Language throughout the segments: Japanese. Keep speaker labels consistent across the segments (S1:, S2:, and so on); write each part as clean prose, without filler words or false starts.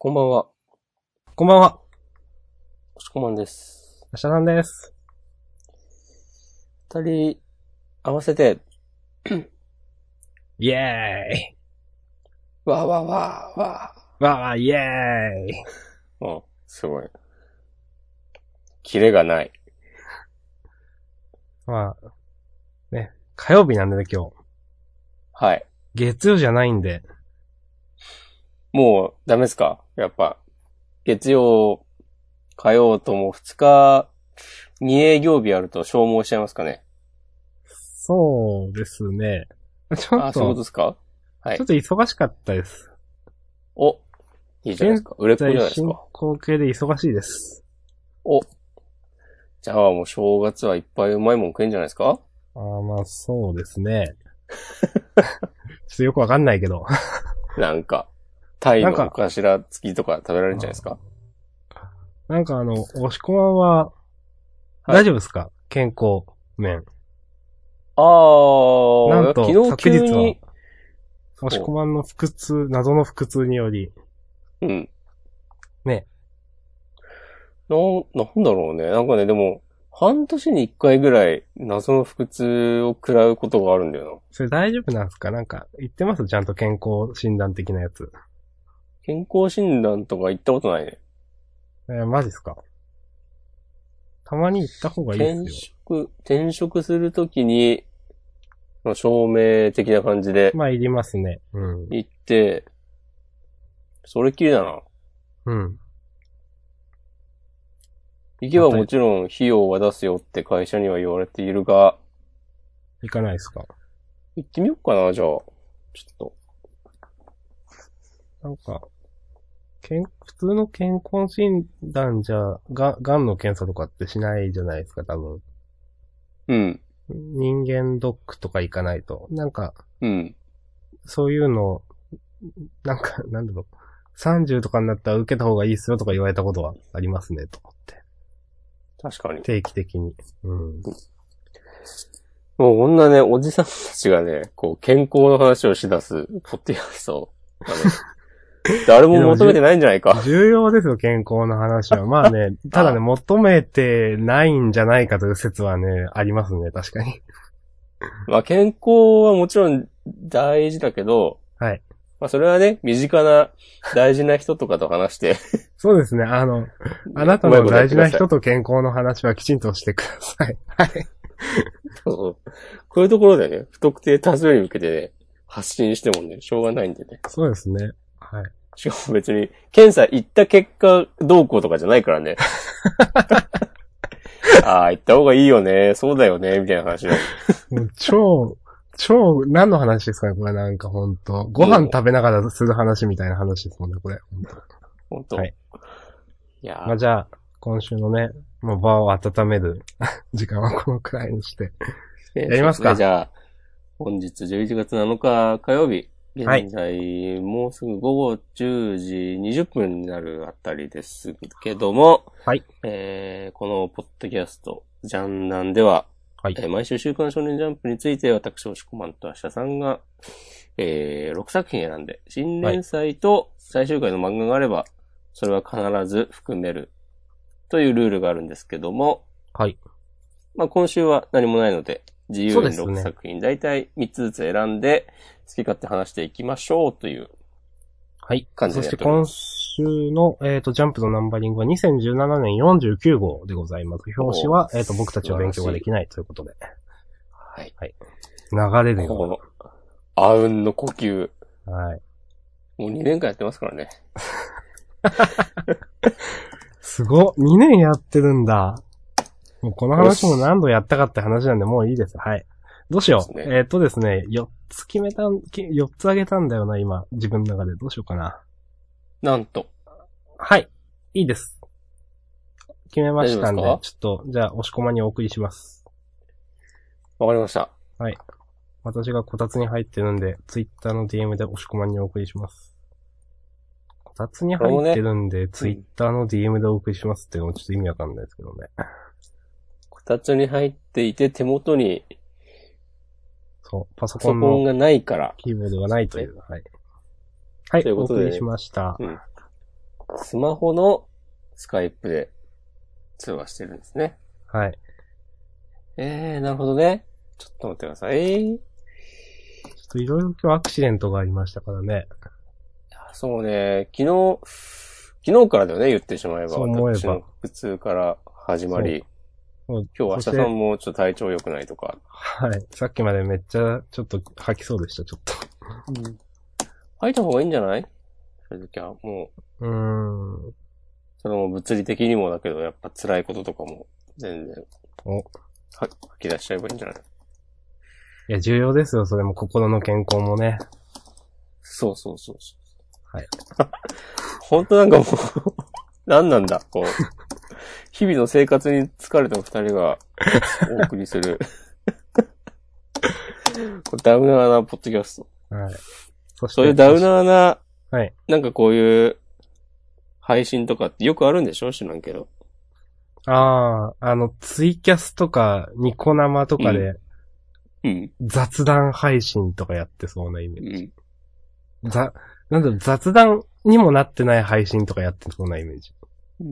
S1: こんばんは。
S2: こんばんは。
S1: おしこまんです。
S2: 明日なんです。
S1: 二人合わせて、
S2: イエーイ。
S1: わーわーわーわ
S2: わあ、イエーイ。
S1: ー。うん、すごい。キレがない。
S2: まあ、ね、火曜日なんでね、今日。
S1: はい。
S2: 月曜じゃないんで。
S1: もう、ダメですか？やっぱ、月曜、火曜とも2日、2営業日あると消耗しちゃいますかね。
S2: そうですね。ちょっ
S1: あ、そういうこと
S2: と、
S1: ですか？はい。
S2: 忙しかったです。
S1: お、いいじゃないです
S2: 現
S1: か。売れっ子じゃ
S2: 在進
S1: ないですか。
S2: 行形で忙しいです。
S1: お、じゃあもう正月はいっぱいうまいもん食えんじゃないですか？
S2: まあ、そうですね。ちょっとよくわかんないけど。
S1: なんか、タイ
S2: なんか、
S1: のお頭付きとか食べられるんじゃないですか？
S2: 押し込まんは、
S1: はい。
S2: 大丈夫ですか？健康面。
S1: ああ、
S2: なんと、
S1: 昨日
S2: 昨日は、
S1: 急に、
S2: 押し込
S1: そ
S2: まんの謎の腹痛により、
S1: う、うん。
S2: ね、
S1: なんだろうね。なんかね、でも、半年に一回ぐらい謎の腹痛を食らうことがあるんだよな。
S2: それ大丈夫なんですか？言ってますちゃんと健康診断的なやつ。
S1: 健康診断とか行ったことないね。
S2: マジっすか？たまに行った方がいいっすよ。
S1: 転職するときに、まあ証明的な感じで
S2: まあ、いりますね。うん。
S1: 行って、それっきりだな。
S2: うん。
S1: 行けばもちろん費用は出すよって会社には言われているが、
S2: 行かないっすか？
S1: 行ってみようかな、じゃあ。ちょっと。
S2: なんか、普通の健康診断じゃ、がんの検査とかってしないじゃないですか、多分。
S1: うん。
S2: 人間ドックとか行かないと。
S1: うん。
S2: そういうの、なんだろう。30とかになったら受けた方がいいっすよとか言われたことはありますね、と思って。
S1: 確かに。
S2: 定期的に。うん。
S1: もうこんなね、おじさんたちがね、こう、健康の話をしだす、ポッドキャストがね、誰も求めてないんじゃないか。
S2: 重要ですよ、健康の話は。まあね、ただね、
S1: あ
S2: 求めてないんじゃないかという説はね、ありますね、確かに。
S1: まあ健康はもちろん大事だけど、
S2: はい。
S1: まあそれはね、身近な大事な人とかと話して、
S2: そうですね、あなた
S1: うまいことやっ
S2: の大
S1: てください。
S2: 事な人と健康の話はきちんとしてください。はい。
S1: そうこういうところでね、不特定多数に向けてね、発信してもね、しょうがないんでね。
S2: そうですね。はい。
S1: しかも別に、検査行った結果どうこうとかじゃないからね。ああ、行った方がいいよね、そうだよね、みたいな話だ。
S2: もう何の話ですかね、これほんと。ご飯
S1: も
S2: 食べながらする話みたいな話ですもんね、これ。ほんと。
S1: 本当。
S2: はい。
S1: いや
S2: まあ、じゃあ、今週のね、もう場を温める時間はこのくらいにして。
S1: ー、
S2: やりますか？
S1: そうですね、じゃあ、本日11月7日火曜日、
S2: はい。
S1: 現在、もうすぐ午後10時20分になるあたりですけども、
S2: はい。
S1: このポッドキャスト、ジャンダンでは、
S2: はい。
S1: 毎週週刊少年ジャンプについて私、押し込まんと明日さんが、6作品選んで、新
S2: はい。
S1: 連載と最終回の漫画があれば、それは必ず含めるというルールがあるんですけども、
S2: はい。
S1: まあ今週は何もないので、自由に6
S2: そうですね。
S1: 作品、だいたい3つずつ選んで、好き勝手話していきましょうという
S2: はい。
S1: 感じでやっ
S2: そして今
S1: ております。
S2: 週の、ジャンプのナンバリングは2017年49号でございます。表紙は、僕たちは勉強ができないということで。
S1: はい。
S2: はい。流れるよ
S1: この、あうんの呼吸。
S2: うな。はい。
S1: もう2年間やってますからね。
S2: すごっ !2 年やってるんだ。もうこの
S1: よし。
S2: 話も何度やったかって話なんでもういいです。はい。どうしよう。
S1: ですね。
S2: ですね、4つあげたんだよな、今。自分の中で。どうしようかな。
S1: なんと。
S2: はい。いいです。決めま
S1: 大丈
S2: したんで、
S1: 夫ですか？
S2: ちょっと、じゃあ、押し込まにお送りします。
S1: わかりました。
S2: はい。私がこたつに入ってるんで、ツイッターの DM で押し込まにお送りします。こたつに入って
S1: これもね、
S2: るんで、ツイッターの DM でお送りしますっていうのもちょっと意味わかんないですけどね。
S1: こたつに入っていて手元に
S2: そう、パソ
S1: パソ
S2: コンの
S1: コンがないから。
S2: キーボードがないという。はい。はい、
S1: ということで、
S2: お送りしました。
S1: うん。 スマホのスカイプで通話してるんですね。
S2: はい。
S1: なるほどね。ちょっと待ってください。
S2: ちょっといろいろ今日アクシデントがありましたからね。
S1: そうね、昨日からだよね、言ってしまえば。
S2: そう思えば
S1: 私の苦痛から始まり。
S2: そう。
S1: 今日明日さんもちょっと体調良くないとか。
S2: はい。さっきまでめっちゃちょっと吐きそうでした、ちょっと。
S1: 吐いた方がいいんじゃない？そういう時はもう。それも物理的にもだけど、やっぱ辛いこととかも全然。吐き出しちゃえばいいんじゃない？
S2: いや、重要ですよ、それも心の健康もね。
S1: そう。
S2: はい。
S1: 本当なんかもう何なんだ、こう。日々の生活に疲れた二人がお送りするダウナーなポッドキャスト。
S2: はい。
S1: そういうダウナーな、
S2: はい。
S1: なんかこういう配信とかってよくあるんでしょ？知らんけど。
S2: ツイキャスとか、ニコ生とかで、雑談配信とかやってそうなイメージ。なんだろ、雑談にもなってない配信とかやってそうなイメージ。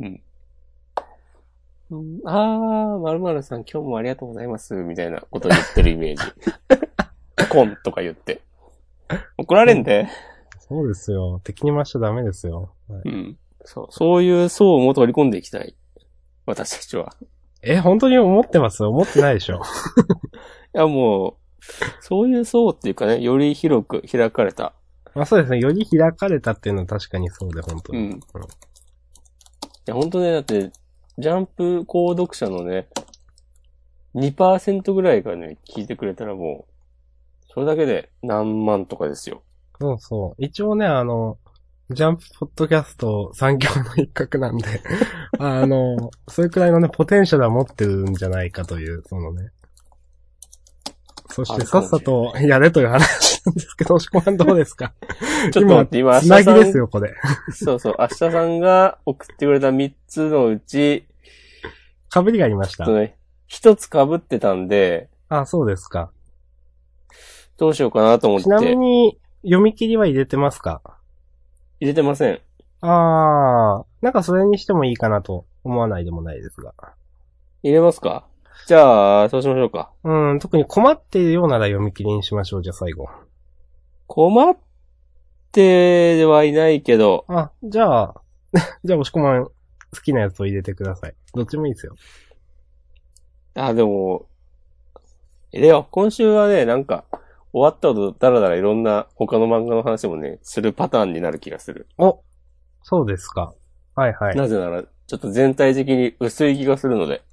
S1: 〇〇さん今日もありがとうございます、みたいなこと言ってるイメージ。コンとか言って。怒られんで。
S2: そうですよ。敵に回しちゃダメですよ。はい、
S1: そういう層も取り込んでいきたい。私たちは。
S2: 本当に思ってます？思ってないでしょ。
S1: いやもう、そういう層っていうかね、より広く開かれた。
S2: まあそうですね。より開かれたっていうのは確かにそうで、本当に。い
S1: や本当ね、だって、ジャンプ購読者のね、2% ぐらいがね、聞いてくれたらもう、それだけで何万とかですよ。
S2: そう。一応ね、ジャンプポッドキャスト産業の一角なんで、それくらいのね、ポテンシャルは持ってるんじゃないかという、そのね。そしてさっさとやれという話なんですけど、押し込まんどうですか？
S1: ちょっと待って、今、
S2: つなぎですよ、これ。
S1: そう、明日さんが送ってくれた3つのうち、
S2: 被りがありました。
S1: 1つ被ってたんで、
S2: そうですか。
S1: どうしようかなと思って。
S2: ちなみに、読み切りは入れてますか？
S1: 入れてません。
S2: なんかそれにしてもいいかなと思わないでもないですが。
S1: 入れますか？じゃあ、そうしましょうか。
S2: 特に困っているようなら読み切りにしましょう、じゃあ最後。
S1: 困ってはいないけど。
S2: じゃあ、押し込まん好きなやつを入れてください。どっちもいいですよ。
S1: でも、入れよう。今週はね、なんか、終わった後、だらだらいろんな他の漫画の話もね、するパターンになる気がする。
S2: そうですか。はいはい。
S1: なぜなら、ちょっと全体的に薄い気がするので。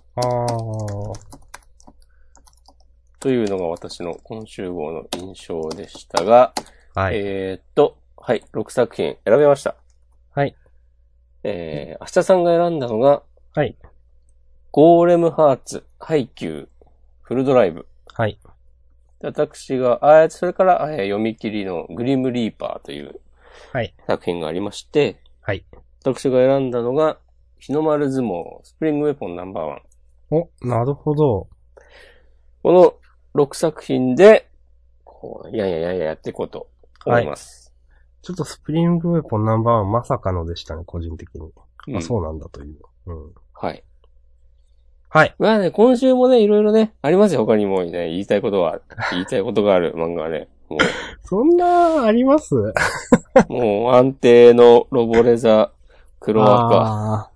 S1: というのが私の今週号の印象でしたが、
S2: はい。
S1: はい、6作品選べました。
S2: はい。
S1: 明日さんが選んだのが、
S2: はい。
S1: ゴーレムハーツ、ハイキュー、フルドライブ。
S2: はい。
S1: 私が、それから、読み切りのグリムリーパーという作品がありまして、
S2: はい。
S1: 私が選んだのが、日の丸相撲、スプリングウェポンナンバーワン。
S2: なるほど。
S1: この6作品で、やっていこうと思います。
S2: ちょっとスプリングウェポンナンバーワンまさかのでしたね、個人的に。そうなんだという。
S1: はい。
S2: はい。
S1: まあね、今週もね、いろいろね、ありますよ、他にもね、言いたいことがある漫画はね。もう
S2: そんな、あります？
S1: もう安定のロボレザ、黒赤。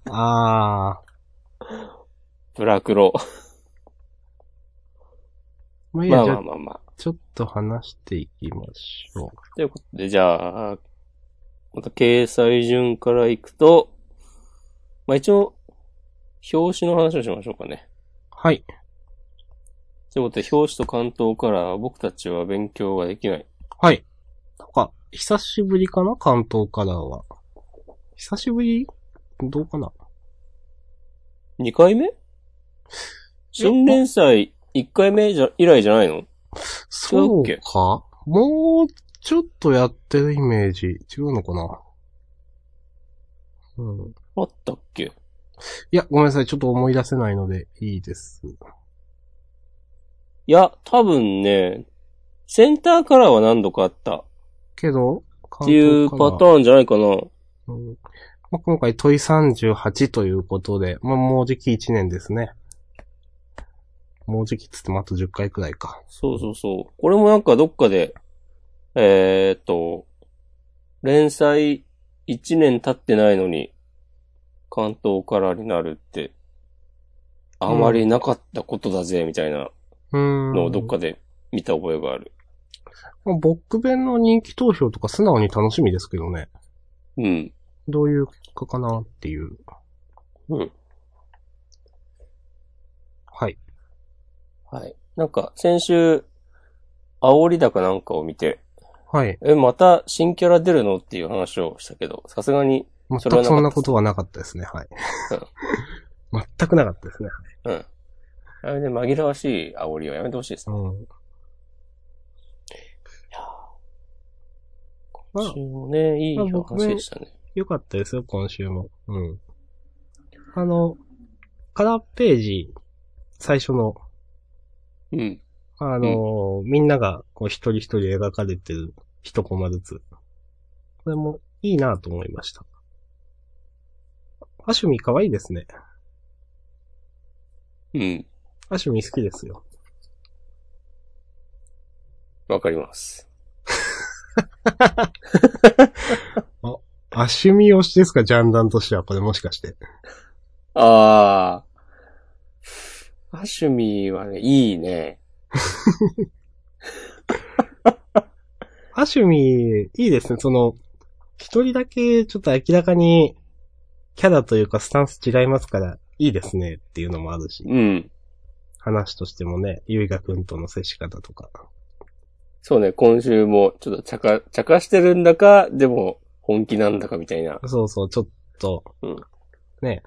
S1: ブラクロ。まあ。
S2: ちょっと話していきましょう。
S1: ということで、じゃあ、また掲載順からいくと、一応、表紙の話をしましょうかね。
S2: はい。
S1: ということで、表紙と関東からは僕たちは勉強ができない。
S2: はい。久しぶりかな？関東カラーは。久しぶり？どうかな？
S1: 2 回目？新連載1回目以来じゃないの？
S2: そうか？もうちょっとやってるイメージ。違うのかな？
S1: あったっけ？
S2: いや、ごめんなさい。ちょっと思い出せないのでいいです。
S1: いや、多分ね、センターカラーは何度かあった。
S2: けど
S1: っていうパターンじゃないかな。
S2: まあ、今回問い38ということで、まあ、もうじき1年ですね。もうじきっつってもあと10回くらいか。
S1: そうそうそう。これもなんかどっかで、連載1年経ってないのに、関東からになるって、あまりなかったことだぜ、みたいなのをどっかで見た覚えがある。
S2: まあ、ボック弁の人気投票とか素直に楽しみですけどね。
S1: うん。
S2: どういう結果かなっていう。
S1: うん。
S2: はい。
S1: はい。なんか、先週、煽り高なんかを見て、
S2: はい。
S1: また新キャラ出るのっていう話をしたけど、さすがに、
S2: 全くそんなことはなかったですね、はい。うん、全くなかったですね。
S1: うん。あれで紛らわしい煽りはやめてほしいですね。うん。いや今週もね、いい話でしたね。
S2: よかったですよ、今週も。うん。カラーページ、最初の、
S1: うん。
S2: みんなが、こう、一人一人描かれてる一コマずつ。これもいいなと思いました。アシュミ可愛いですね。
S1: うん。
S2: アシュミ好きですよ。
S1: わかります。
S2: アシュミ推しですか、ジャンダンとしては、これもしかして。
S1: アシュミはね、いいね。
S2: アシュミ、いいですね。一人だけちょっと明らかに、キャラというかスタンス違いますから、いいですねっていうのもあるし。
S1: うん。
S2: 話としてもね、ゆいがくんとの接し方とか。
S1: そうね、今週もちょっと茶化してるんだか、でも本気なんだかみたいな。
S2: そうそう、ちょっと、
S1: うん、
S2: ね、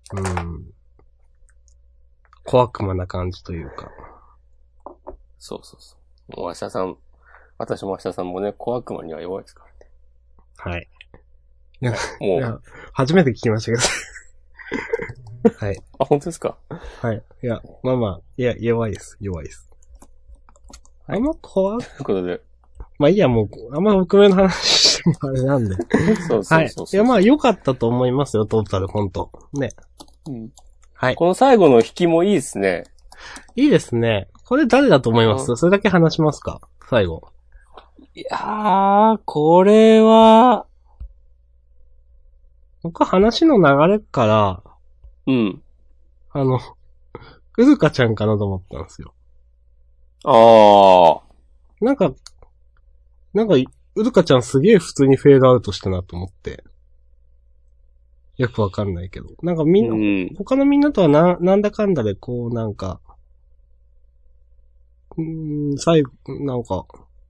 S2: 小悪魔な感じというか。
S1: そうそうそう。もう私も明日さんもね、小悪魔には弱いですから
S2: ね。はい。いや、初めて聞きましたけど。はい。
S1: あ、本当ですか？
S2: はい。いや、まあまあ、いや、弱いです。弱いです。
S1: はい、
S2: あんま怖
S1: ということで。
S2: まあいいや、もう、あんま奥目の話してもあれなんで。
S1: そうそうそう。
S2: いや、まあ良かったと思いますよ、トータル、ほんと。ね。
S1: うん。
S2: はい。
S1: この最後の引きもいいですね。
S2: いいですね。これ誰だと思います？それだけ話しますか？最後。
S1: いやー、これは、
S2: 僕は話の流れから、
S1: うん。
S2: うずかちゃんかなと思ったんですよ。
S1: ああ。
S2: なんか、うずかちゃんすげえ普通にフェードアウトしたなと思って。よくわかんないけど。なんかみんな、他のみんなとはなんだかんだでこうなんか、最後、なんか、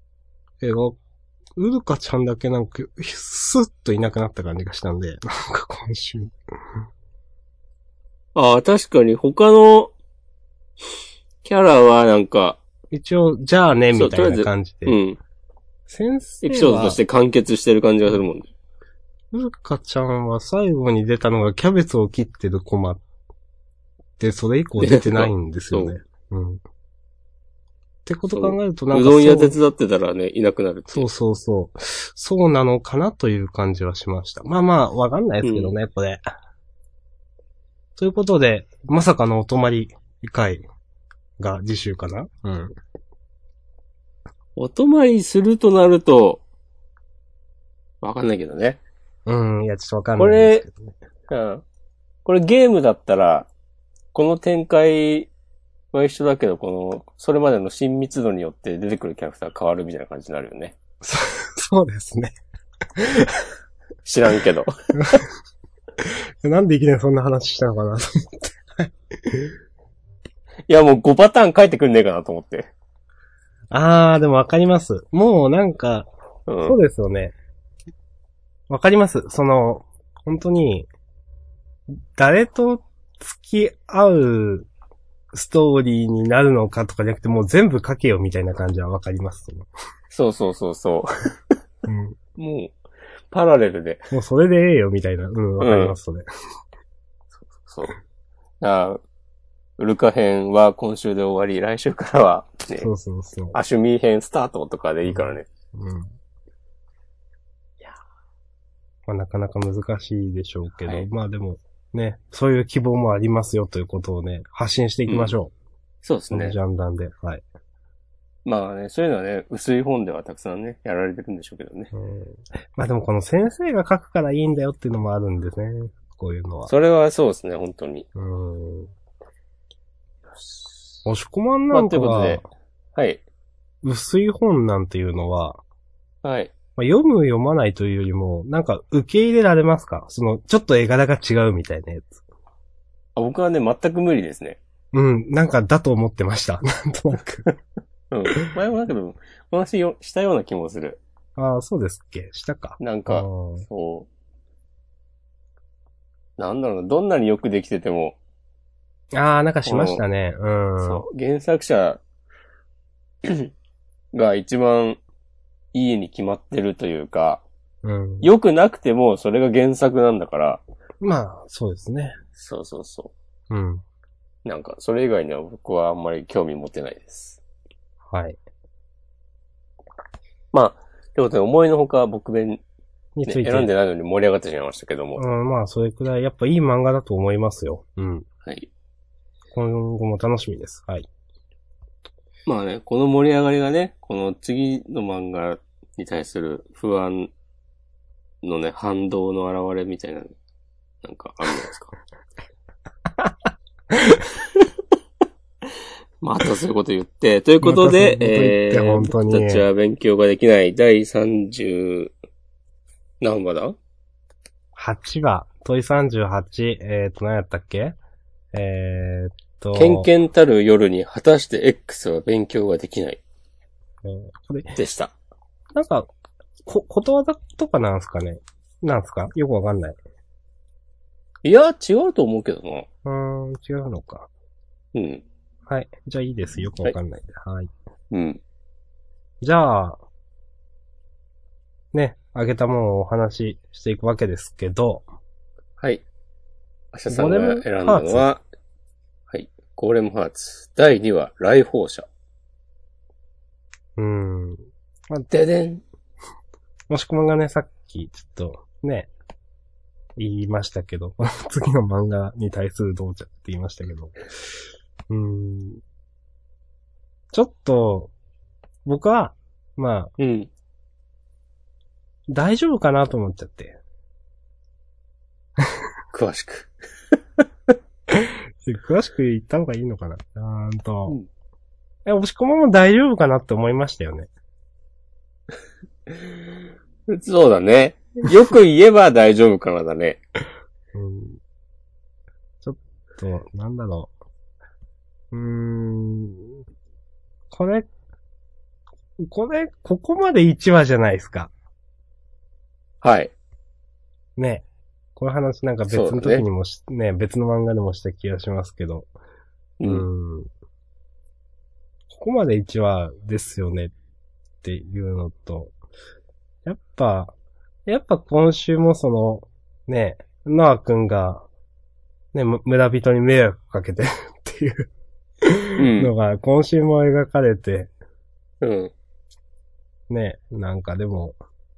S2: うずかちゃんだけなんか、スッといなくなった感じがしたんで、なんか今週。
S1: ああ、確かに他のキャラはなんか、
S2: 一応、じゃあね、みたいな感じで。
S1: うん。
S2: 先生は。
S1: エピソードとして完結してる感じがするもんね。
S2: うずかちゃんは最後に出たのがキャベツを切ってるコマで、それ以降出てないんですよね。うん。ってこと考えるとなんか
S1: うどん屋手伝ってたらね、いなくなるって。
S2: そうそうそう。そうなのかなという感じはしました。まあまあ、わかんないですけどね、これ。ということで、まさかのお泊まり会が次週かな？うん。
S1: お泊まりするとなると、わかんないけどね。
S2: いや、ちょっとわかんないですけどね。
S1: これゲームだったら、この展開は一緒だけど、それまでの親密度によって出てくるキャラクターが変わるみたいな感じになるよね。
S2: そうですね。
S1: 知らんけど。
S2: なんでいきなりそんな話したのかなと思って。
S1: いや、もう5パターン書いてくんねえかなと思って。
S2: でもわかります。もうなんか、そうですよね。わかります。本当に、誰と付き合うストーリーになるのかとかじゃなくて、もう全部書けよみたいな感じはわかります。
S1: そうそうそうそう。もう、パラレルで。
S2: もうそれでええよみたいな。わかります、それ。
S1: そう。ウルカ編は今週で終わり、来週からは、ね、
S2: そうそうそう。
S1: アシュミー編スタートとかでいいからね。
S2: まあなかなか難しいでしょうけど、
S1: はい、
S2: まあでも、ね、そういう希望もありますよということをね、発信していきましょう。
S1: そうですね。
S2: このジャンダンで。はい。
S1: まあね、そういうのはね、薄い本ではたくさんね、やられてるんでしょうけどね。
S2: まあでもこの先生が書くからいいんだよっていうのもあるんですね。こういうのは。
S1: それはそうですね、本当に。
S2: 押し込まん
S1: まあ、
S2: なんかは、
S1: ということで、はい。
S2: 薄い本なんていうのは、
S1: はい。
S2: まあ、読む読まないというよりも、なんか受け入れられますか？その、ちょっと絵柄が違うみたいなやつ。
S1: 僕はね、全く無理ですね。
S2: うん、なんかだと思ってました。なんとなく。
S1: うん。前もなんかでも、お話したような気もする。
S2: ああ、そうですっけ？したか。
S1: なんか、そう。なんだろうな、どんなによくできてても、
S2: ああ、なんかしましたね。うん。
S1: そう、原作者が一番いいに決まってるというか、
S2: うん。
S1: 良くなくてもそれが原作なんだから、
S2: まあ、そうですね。
S1: そうそうそ
S2: うん。
S1: う。なんか、それ以外には僕はあんまり興味持てないです。
S2: はい。
S1: まあ、ということで思いのほか僕弁、
S2: について。
S1: 選んでないのに盛り上がってしまいましたけども。
S2: うん、まあ、それくらい、やっぱいい漫画だと思いますよ。うん。
S1: はい。
S2: 今後も楽しみです。はい。
S1: まあね、この盛り上がりがね、この次の漫画に対する不安のね、反動の表れみたいな、なんかあるじゃないですか。またそういうこと言って、ということで、
S2: 本当に
S1: 僕たちは勉強ができない第30、何話だ
S2: 8話、問い38、何やったっけ
S1: けんけんたる夜に果たして X は勉強ができない。
S2: これ、
S1: でした。
S2: なんか、ことわざとかなんすかね？なんすか？よくわかんない。
S1: いや、違うと思うけどな。
S2: 違うのか。
S1: うん。
S2: はい。じゃあいいです。よくわかんないんで。はい。
S1: うん。
S2: じゃあ、ね、あげたものをお話ししていくわけですけど。
S1: はい。アシャさんが選んだのは、はい。ゴーレムハーツ。第2話、来訪者。
S2: まあ、
S1: ででん。
S2: もしこまんがね、さっき、ちょっと、ね、言いましたけど、次の漫画に対する同着って言いましたけど。ちょっと、僕は、まあ、
S1: うん。
S2: 大丈夫かなと思っちゃって。
S1: 詳しく。
S2: 詳しく言った方がいいのかな押し込まんも大丈夫かなって思いましたよね。
S1: そうだね。よく言えば大丈夫かなだね。
S2: ちょっと、なんだろう。ここまで1話じゃないですか。
S1: はい。
S2: ね。この話なんか別の時にもね、別の漫画でもした気がしますけど。ここまで1話ですよねっていうのと、やっぱ今週もね、ノア君が、ね、村人に迷惑かけてっていうのが今週も描かれて、ね、なんかでも、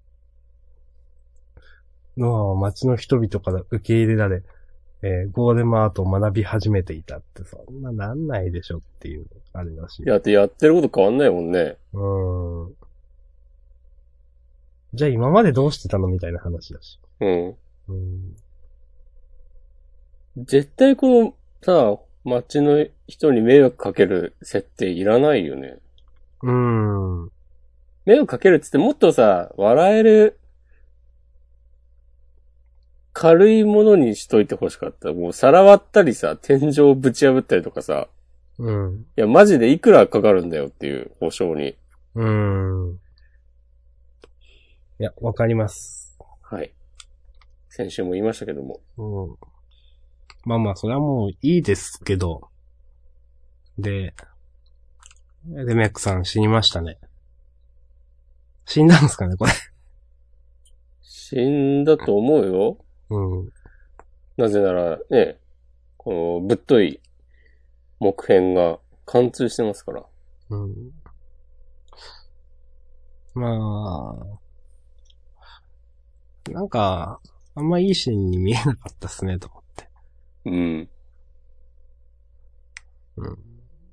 S2: ノアは街の人々から受け入れられ、ゴーレムアートを学び始めていたって、そんななんないでしょっていう、あれだし。
S1: やってること変わんないもんね。
S2: じゃあ今までどうしてたのみたいな話だし。
S1: 絶対この、さ、街の人に迷惑かける設定いらないよね。迷惑かけるって言ってもっとさ、笑える、軽いものにしといてほしかった。もう皿割ったりさ、天井ぶち破ったりとかさ。いや、マジでいくらかかるんだよっていう保証に。
S2: いや、わかります。
S1: はい。先週も言いましたけども。
S2: まあまあ、それはもういいですけど。で、デメックさん死にましたね。死んだんですかね、これ。
S1: 死んだと思うよ。なぜなら、ね、このぶっとい木片が貫通してますから。
S2: まあ、 なんか、あんまいいシーンに見えなかったっすね、と思って。
S1: うん。
S2: うん。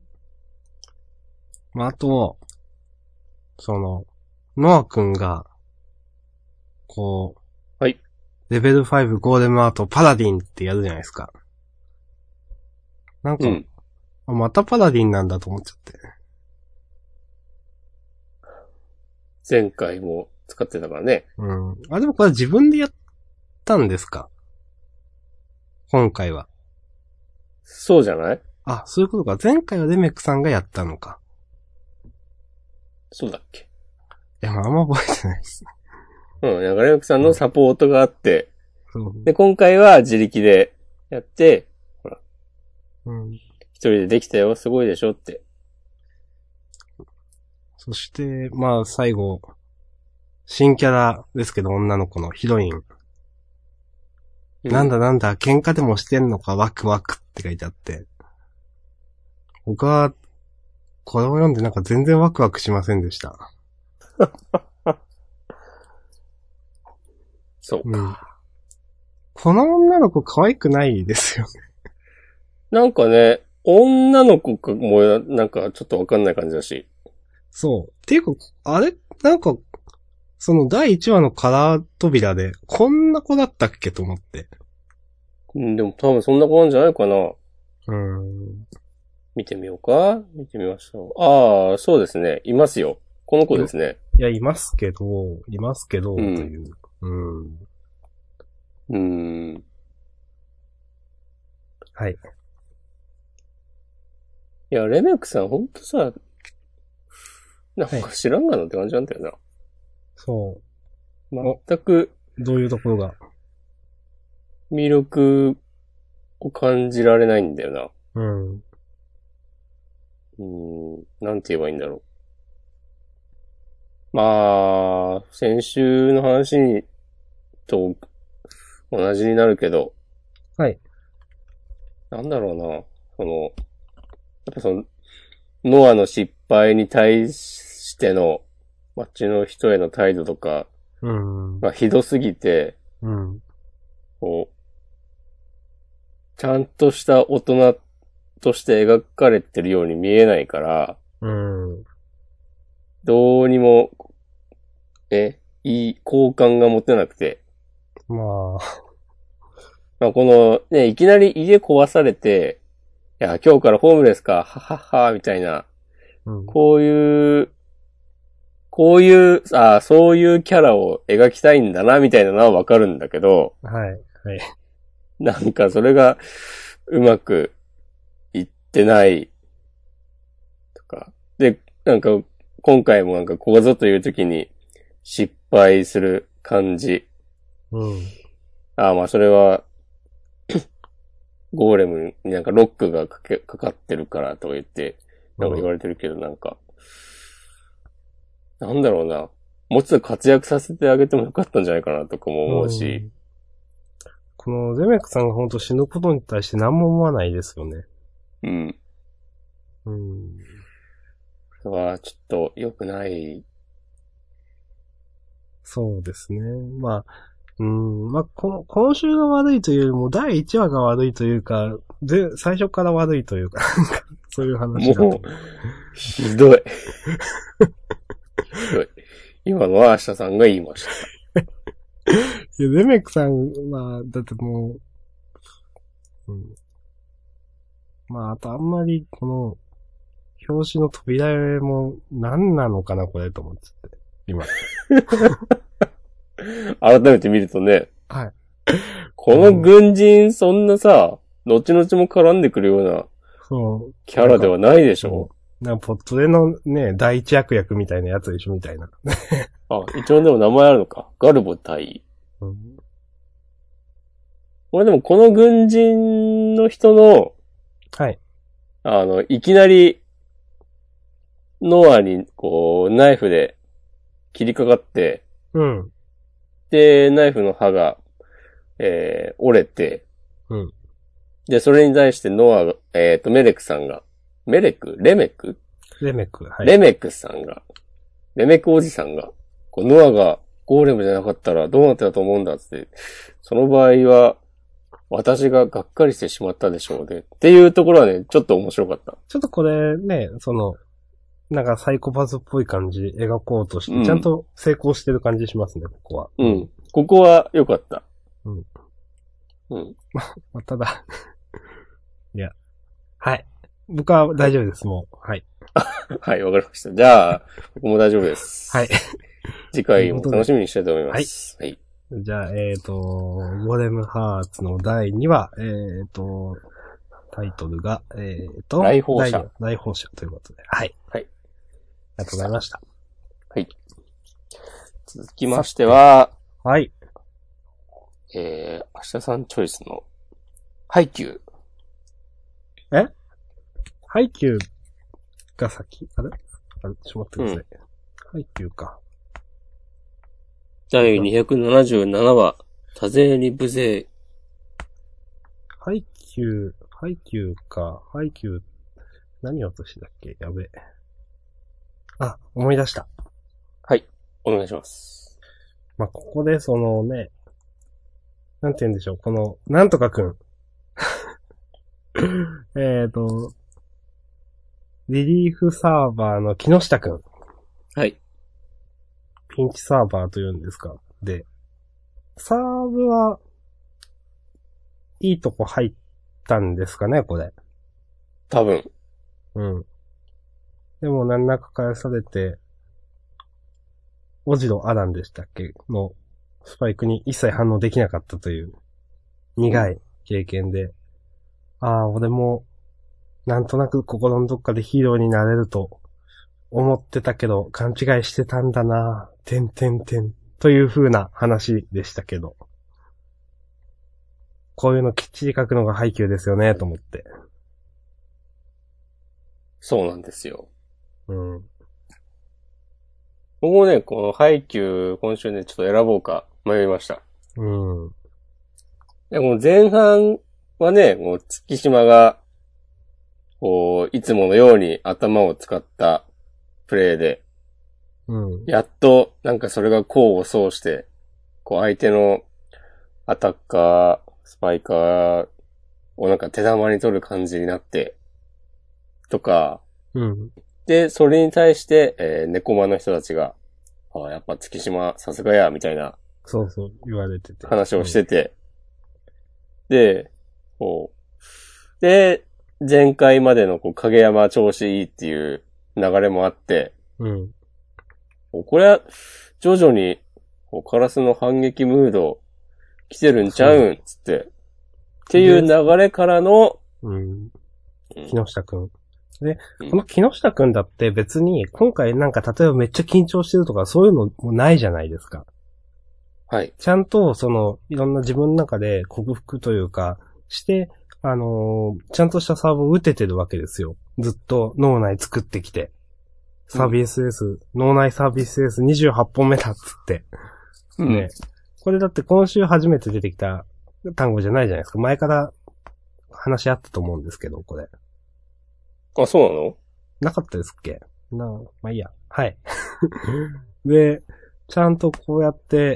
S2: まあ、あと、ノア君が、こう、
S1: はい。
S2: レベル5ゴーレムアートパラディンってやるじゃないですか。なんか、またパラディンなんだと思っちゃって。
S1: 前回も使ってたからね。
S2: うん。あ、でもこれ自分でやったんですか？今回は。
S1: そうじゃない？
S2: あ、そういうことか。前回はレメックさんがやったのか。
S1: そうだっけ？
S2: いや、まあ、あんま覚えてないです。
S1: うん、流れゆきさんのサポートがあって、
S2: うん、
S1: で、今回は自力でやって、ほら、
S2: うん。
S1: 一人でできたよ、すごいでしょって。
S2: そして、まあ、最後、新キャラですけど、女の子のヒロイン。
S1: うん、
S2: なんだなんだ、喧嘩でもしてんのか、ワクワクって書いてあって。僕は、これを読んでなんか全然ワクワクしませんでした。
S1: そうか、
S2: うん。この女の子可愛くないですよね。
S1: なんかね、女の子かもなんかちょっとわかんない感じだし。
S2: そう。っていうか、あれなんか、その第1話のカラー扉で、こんな子だったっけと思って。
S1: うん、でも多分そんな子なんじゃないかな。見てみようか。見てみましょう。ああ、そうですね。いますよ。この子ですね。
S2: いや、いますけど、という。はい。
S1: いや、レメックさんほんとさ、なんか知らんがなって感じなんだよな。
S2: そう。
S1: 全く。
S2: どういうところが
S1: 魅力を感じられないんだよな。なんて言えばいいんだろう。まあ、先週の話と同じになるけど。
S2: はい。
S1: なんだろうな。やっぱノアの失敗に対しての街の人への態度とか、ひどすぎて、こう、ちゃんとした大人として描かれてるように見えないから、どうにも、いい好感が持てなくて。
S2: ま
S1: あ、この、ね、いきなり家壊されて、いや、今日からホームレスか、ははは、みたいな、こういう、そういうキャラを描きたいんだな、みたいなのはわかるんだけど、
S2: はい、はい。
S1: なんかそれが、うまくいってない、とか。で、なんか、今回もなんかここぞという時に失敗する感じ。まあそれは、ゴーレムになんかロックがかかってるからとか言って、なんか言われてるけどなんか、なんだろうな。もうちょっと活躍させてあげてもよかったんじゃないかなとかも思うし。
S2: このゼメックさんが本当死ぬことに対して何も思わないですよね。
S1: それはちょっと良くない。
S2: そうですね。まあ、まあ、今週が悪いというよりも、第1話が悪いというか、最初から悪いというか、そういう話だと。
S1: もう、ひどい。ひどい。今のは明日さんが言いました。
S2: いや、ゼメックさんは、だってもう、まあ、あとあんまり、この、表紙の扉絵も何なのかな、これ、と思ってて。今。
S1: 改めて見るとね。
S2: はい。
S1: この軍人、そんなさ、後々も絡んでくるような、キャラではないでしょ？
S2: なんかポットでのね、第一悪役みたいなやつでしょ、みたいな。
S1: 一応でも名前あるのか。ガルボ対。俺でもこの軍人の人の、
S2: はい。
S1: いきなり、ノアに、こう、ナイフで切りかかって、で、ナイフの刃が、折れて、で、それに対してノアが、メレクさんが、レメク、はい。レメクさんが、レメクおじさんが、ノアがゴーレムじゃなかったらどうなってたと思うんだって、その場合は、私ががっかりしてしまったでしょうね。っていうところはね、ちょっと面白かった。
S2: ちょっとこれね、なんかサイコパスっぽい感じ描こうとして、ちゃんと成功してる感じしますね、ここは。
S1: うん。ここは良かった。
S2: うん。
S1: うん。
S2: まあ、ただ、いや。はい。僕は大丈夫です、もう。はい。
S1: はい、わかりました。じゃあ、僕も大丈夫です。
S2: はい。
S1: 次回も楽しみにしたいと思います。はい。
S2: じゃあ、ゴーレムハーツの第2話、タイトルが、
S1: 来訪者。
S2: 来訪者ということで。はい。
S1: はい。
S2: ありがとうございました。
S1: はい。続きましては、
S2: はい。
S1: 明日さんチョイスの、ハイキュ
S2: ー。ハイキューが先あれちょっと待ってください。ハイキューか。
S1: 第277話、多勢に無勢。
S2: ハイキューか。ハイキュー、何をとしてたっけやべえ。あ、思い出した。
S1: はい、お願いします。
S2: まあ、ここでなんて言うんでしょう、この、なんとかくん。リリーフサーバーの木下くん。
S1: はい。
S2: ピンチサーバーというんですか。で、サーブは、いいとこ入ったんですかね、これ。
S1: 多分。
S2: うん。でも何らか返されて、オジロアランでしたっけのスパイクに一切反応できなかったという苦い経験で、俺もなんとなく心のどっかでヒーローになれると思ってたけど勘違いしてたんだなという風な話でしたけど、こういうのきっちり書くのが配給ですよねと思って。
S1: そうなんですよ。
S2: うん。
S1: 僕もね、この配給今週ねちょっと選ぼうか迷いました。
S2: うん。
S1: でも前半はね、もう月島がこういつものように頭を使ったプレイで、やっとなんかそれが功を奏して、こう相手のアタッカー、スパイカーをなんか手玉に取る感じになって、とか、で、それに対して、猫間の人たちが、やっぱ月島さすがや、みたいな。
S2: そうそう、言われてて。
S1: 話をしてて。で、こう。で、前回までの影山調子いいっていう流れもあって、これは、徐々に、カラスの反撃ムード、来てるんちゃうんつって。っていう流れからの、
S2: 木下くん。で、この木下くんだって別に、今回なんか例えばめっちゃ緊張してるとかそういうのもないじゃないですか。
S1: はい。
S2: ちゃんと、いろんな自分の中で克服というか、して、ちゃんとしたサーブを打ててるわけですよ。ずっと脳内作ってきて。サービス S、脳内サービス S28 本目だっつって。ね。これだって今週初めて出てきた単語じゃないじゃないですか。前から話し合ったと思うんですけど、これ。
S1: あ、そうなの？
S2: なかったですっけ？まあいいや。はい。で、ちゃんとこうやって、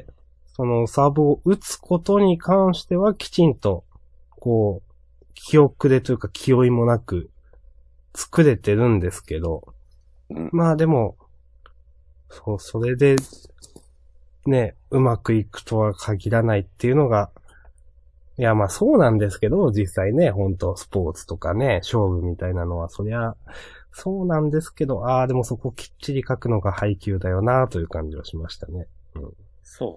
S2: サーブを打つことに関してはきちんと、気遅れというか気負いもなく作れてるんですけど、まあでも、それで、ね、うまくいくとは限らないっていうのが、いやまあそうなんですけど、実際ね、本当スポーツとかね、勝負みたいなのは、そりゃ、そうなんですけど、でもそこきっちり書くのが配球だよなという感じはしましたね。
S1: そう。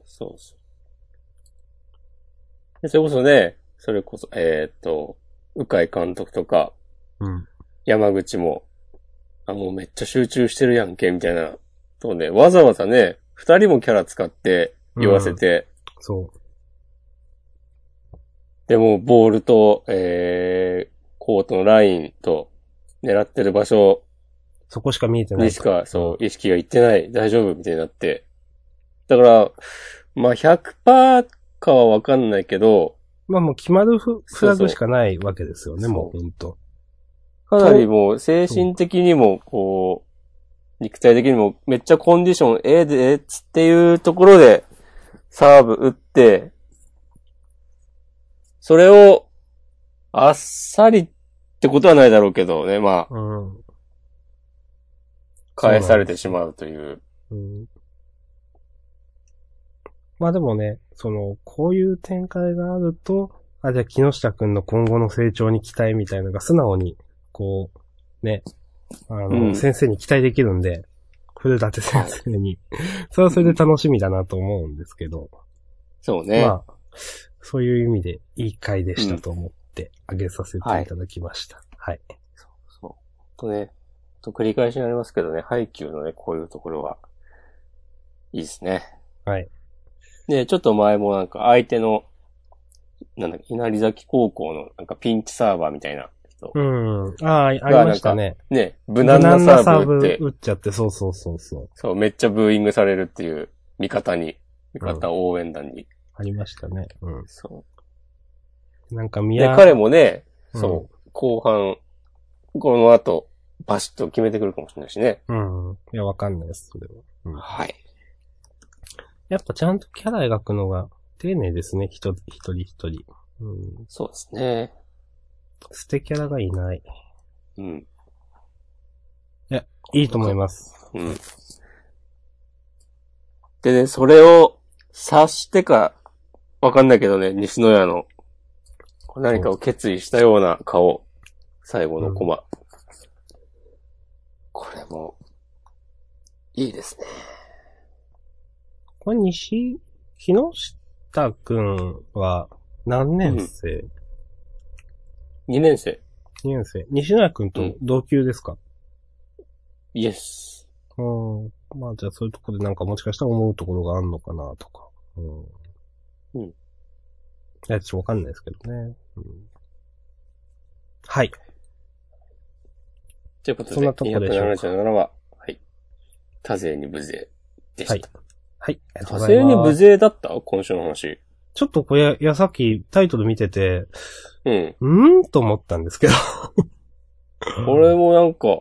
S1: それこそね、鵜飼監督とか、山口も、もうめっちゃ集中してるやんけ、みたいな。そうね、わざわざね、二人もキャラ使って言わせて。
S2: そう。
S1: でも、ボールと、コートのラインと、狙ってる場所。
S2: そこしか見えてない。
S1: にしか、意識がいってない、大丈夫、みたいになって。だから、まあ、100% かはわかんないけど。
S2: まあもう決まるフラグしかないわけですよね、もうほんと。
S1: かなりもう、精神的にも、肉体的にも、めっちゃコンディションで、つっていうところで、 サーブ打って、それを、あっさりってことはないだろうけどね、まあ。うん。返されてしまうという。うん、
S2: まあでもね、こういう展開があると、じゃあ木下くんの今後の成長に期待みたいなのが素直に、こう、ね、先生に期待できるんで、古舘先生に。それはそれで楽しみだなと思うんですけど。
S1: そうね。まあ、
S2: そういう意味でいい回でしたと思ってあげさせていただきました。はい。
S1: そうね。繰り返しになりますけどね、ハイキューのね、こういうところは、いいですね。
S2: はい。
S1: で、ちょっと前もなんか相手の、稲荷崎高校のなんかピンチサーバーみたいな人。
S2: うん。ありましたね。
S1: ね、無難なサーブ
S2: 打っちゃって、そう。
S1: そう、めっちゃブーイングされるっていう味方応援団に。
S2: ありましたね。うん。
S1: そう。
S2: なんか
S1: で、彼もね、そう、後半、この後、バシッと決めてくるかもしれないしね。
S2: うん。いや、わかんないです、それは。
S1: うん、はい。
S2: やっぱちゃんとキャラ描くのが丁寧ですね、一人一人。
S1: うん。そうですね。
S2: 捨てキャラがいない。
S1: うん。
S2: いや、いいと思います。
S1: うん。でね、それを察してか、わかんないけどね、西野屋の何かを決意したような顔。最後のコマ。これも、いいですね。
S2: これ木下くんは何年生、
S1: ?2 年生。
S2: 2年生。西野屋くんと同級ですか？
S1: イエス。
S2: まあじゃあそういうところでなんかもしかしたら思うところがあるのかなとか。
S1: うん。
S2: いや、ちょっとわかんないですけどね。はい。
S1: ということで、277は、はい。多勢に無勢でした。
S2: はい。
S1: 多勢に無勢だった今週の話。
S2: ちょっとこれ、さっきタイトル見てて、と思ったんですけど。
S1: 俺もなんか、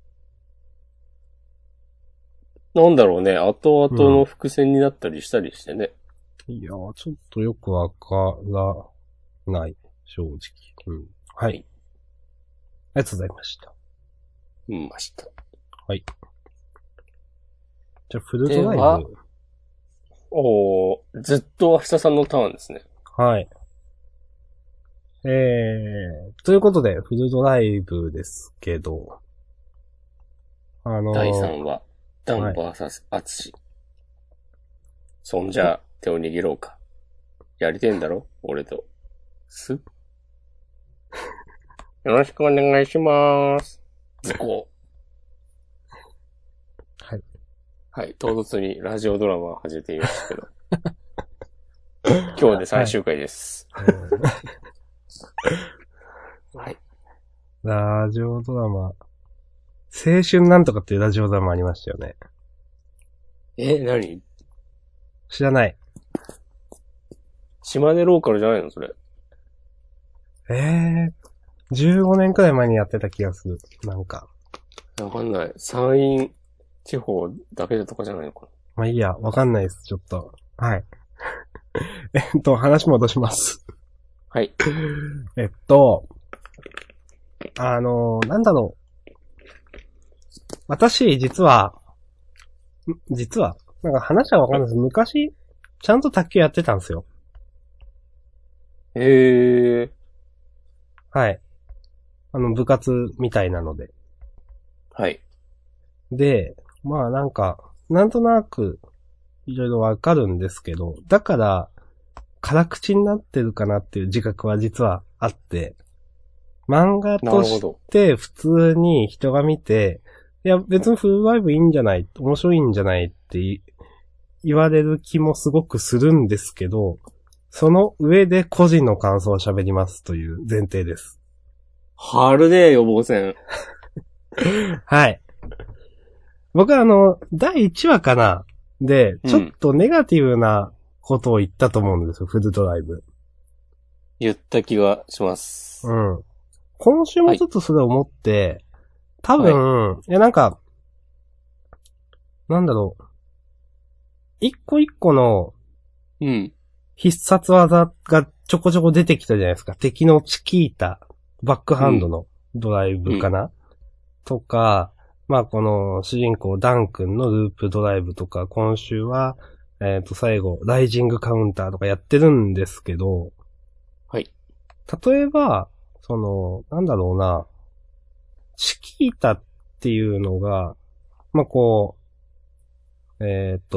S1: なんだろうね、後々の伏線になったりしたりしてね。
S2: いやー、ちょっとよくわからない、正直。はい。ありがとうございました。はい。じゃあ、フルドライブ。
S1: ずっと明日さんのターンですね。
S2: はい。ということで、フルドライブですけど。
S1: 第3話、ダンバーサスアツシ。そんじゃ、手を握ろうか。やりてんだろ俺と。よろしくお願いしまーす。図工。
S2: はい。
S1: はい。唐突にラジオドラマを始めてみましたけど。今日で最終回です。はい。
S2: ラジオドラマ。青春なんとかっていうラジオドラマありましたよね。
S1: 何？
S2: 知らない。
S1: 島根ローカルじゃないのそれ。
S2: 15年くらい前にやってた気がする。なんか。
S1: わかんない。山陰地方だけでとかじゃないのかな。
S2: まあいいや、わかんないです、ちょっと。はい。話戻します。
S1: はい。
S2: なんだろう。私、実は、なんか話はわかんないです。昔、ちゃんと卓球やってたんですよ。はい。部活みたいなので。
S1: はい。
S2: で、まあなんか、なんとなく、いろいろわかるんですけど、だから、辛口になってるかなっていう自覚は実はあって、漫画として普通に人が見て、いや別にフルライブいいんじゃない、面白いんじゃないって言われる気もすごくするんですけど、その上で個人の感想を喋りますという前提です。
S1: はるねえ予防線。
S2: はい。僕は第1話かなで、ちょっとネガティブなことを言ったと思うんですよ、フルドライブ。
S1: 言った気がします。
S2: 今週もちょっとそれを思って、多分、いやなんか、なんだろう。一個一個の
S1: うん。
S2: 必殺技がちょこちょこ出てきたじゃないですか。敵のチキータ、バックハンドのドライブかな、とか、まあこの主人公ダン君のループドライブとか、今週は、最後、ライジングカウンターとかやってるんですけど、
S1: はい。
S2: 例えば、なんだろうな、チキータっていうのが、まあこう、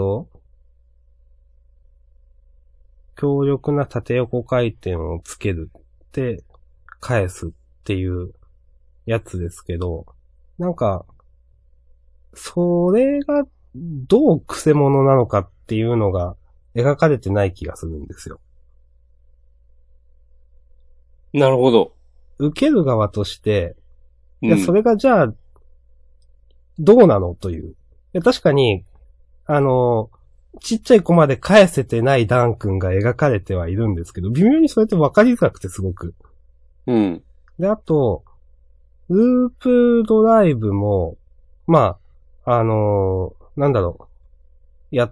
S2: 強力な縦横回転をつけるって返すっていうやつですけど、なんか、それがどうクセモノなのかっていうのが描かれてない気がするんですよ。
S1: なるほど。
S2: 受ける側として、
S1: い
S2: や、それがじゃあ、どうなのという。いや、確かに、ちっちゃい子まで返せてないダン君が描かれてはいるんですけど、微妙にそれって分かりづらくてすごく。
S1: うん。
S2: で、あと、ループドライブも、まあ、なんだろう。やって、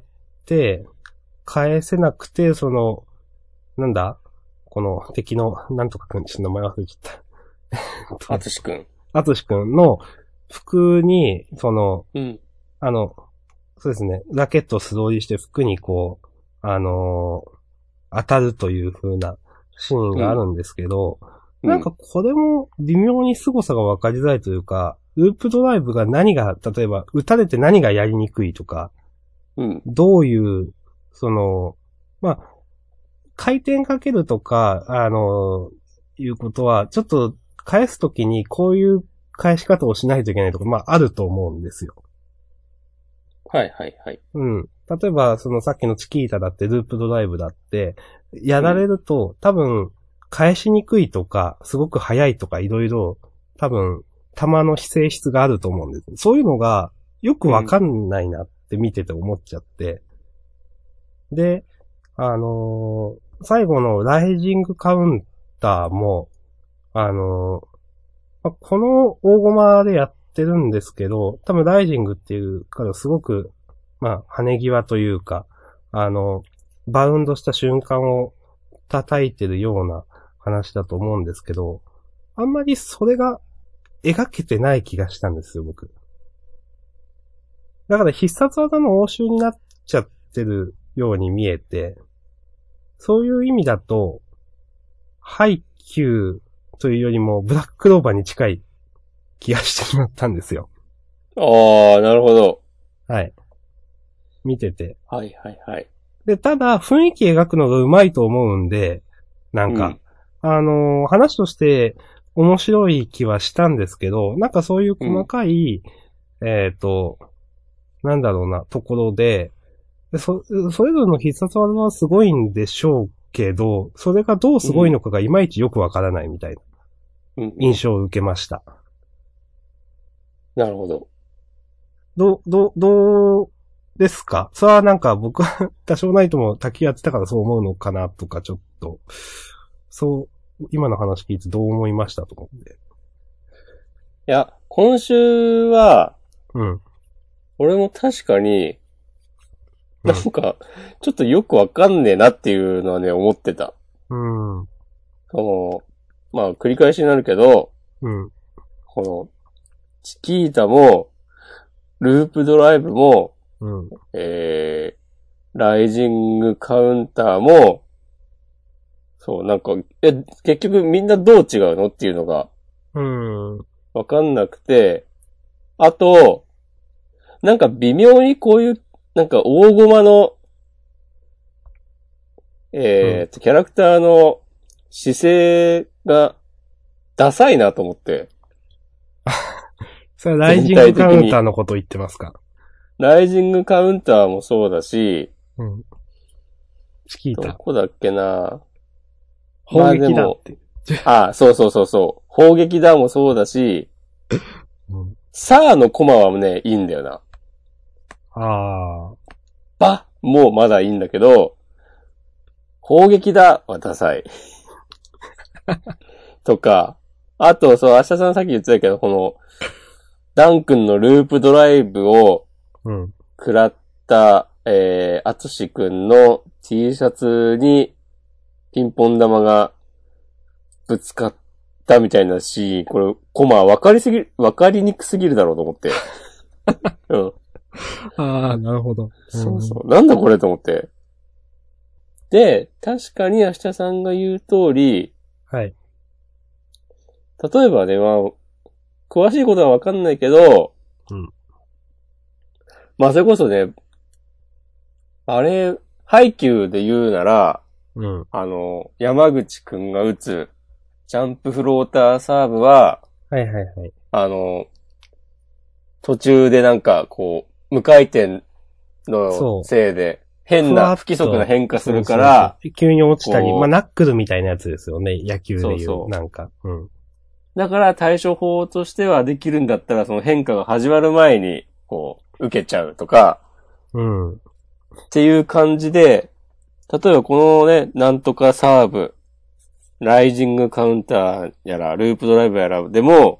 S2: 返せなくて、なんだこの敵の、なんとかくん、ちょっと名前忘れちゃった。
S1: あつしくん。
S2: あつしくんの服に、
S1: うん。
S2: そうですね、ラケットを素通りして服にこう、当たるという風なシーンがあるんですけど、なんかこれも微妙に凄さが分かりづらいというか、ループドライブが何が、例えば撃たれて何がやりにくいとか、
S1: うん。
S2: どういう、まあ、回転かけるとか、いうことは、ちょっと返すときにこういう返し方をしないといけないとか、まああると思うんですよ。
S1: はいはいはい。
S2: うん。例えば、さっきのチキータだってループドライブだって、やられると、多分、返しにくいとか、すごく速いとかいろいろ、多分、弾の性質があると思うんです。そういうのが、よくわかんないなって見てて思っちゃって。で、最後のライジングカウンターも、この大駒でやってるんですけど、多分ライジングっていうからすごく、まあ、跳ね際というか、バウンドした瞬間を叩いてるような話だと思うんですけど、あんまりそれが描けてない気がしたんですよ、僕。だから必殺技の応酬になっちゃってるように見えて、そういう意味だと、ハイキューというよりもブラッククローバーに近い気がしてしまったんですよ。
S1: ああ、なるほど。
S2: はい。見てて。
S1: はいはいはい。
S2: で、ただ、雰囲気描くのが上手いと思うんで、なんか、話として面白い気はしたんですけど、なんかそういう細かい、なんだろうな、ところで、それぞれの必殺技はすごいんでしょうけど、それがどうすごいのかがいまいちよくわからないみたいな印象を受けました。
S1: なるほど。
S2: どうですか？それはなんか僕は多少ないとも滝やってたからそう思うのかなとかちょっと、そう、今の話聞いてどう思いましたと思って。い
S1: や、今週は、
S2: うん。
S1: 俺も確かに、なんか、ちょっとよくわかんねえなっていうのはね、思ってた。
S2: うん。
S1: まあ、繰り返しになるけど、
S2: うん。
S1: この、チキータも、ループドライブも、
S2: うん。
S1: ライジングカウンターも、そう、なんか、結局みんなどう違うのっていうのが、わかんなくて、あと、なんか微妙にこういう、なんか大駒の、キャラクターの姿勢がダサいなと思って。
S2: それはライジングカウンターのこと言ってますか？
S1: ライジングカウンターもそうだし、
S2: うん。チキータ。
S1: どこだっけな
S2: 砲撃だって。
S1: そう。砲撃だもそうだし、サーのコマはね、いいんだよな。バもまだいいんだけど、砲撃だはダサい。とか、あと、そう、明日さんさっき言ってたけど、この、ダン君のループドライブを、食らった、アツシ君の T シャツにピンポン玉がぶつかったみたいなシーン、これ、コマ分かりにくすぎるだろうと思って。うん。
S2: ああ、なるほど。
S1: そうそう。なんだこれと思って。で、確かに明日さんが言う通り、
S2: はい。
S1: 例えばね、まあ、詳しいことはわかんないけど、
S2: うん。
S1: まあ、それこそね、あれ、ハイキューで言うなら、
S2: うん。
S1: 山口くんが打つジャンプフローターサーブは、
S2: はいはいはい。
S1: 途中でなんか、こう、無回転のせいで、変な、不規則な変化するから、
S2: そう急に落ちたり、まあ、ナックルみたいなやつですよね、野球でいう。
S1: そう
S2: なんか。うん。
S1: だから対処法としてはできるんだったら、その変化が始まる前に、こう、受けちゃうとか、
S2: うん。
S1: っていう感じで、例えばこのね、なんとかサーブ、ライジングカウンターやら、ループドライブやらでも、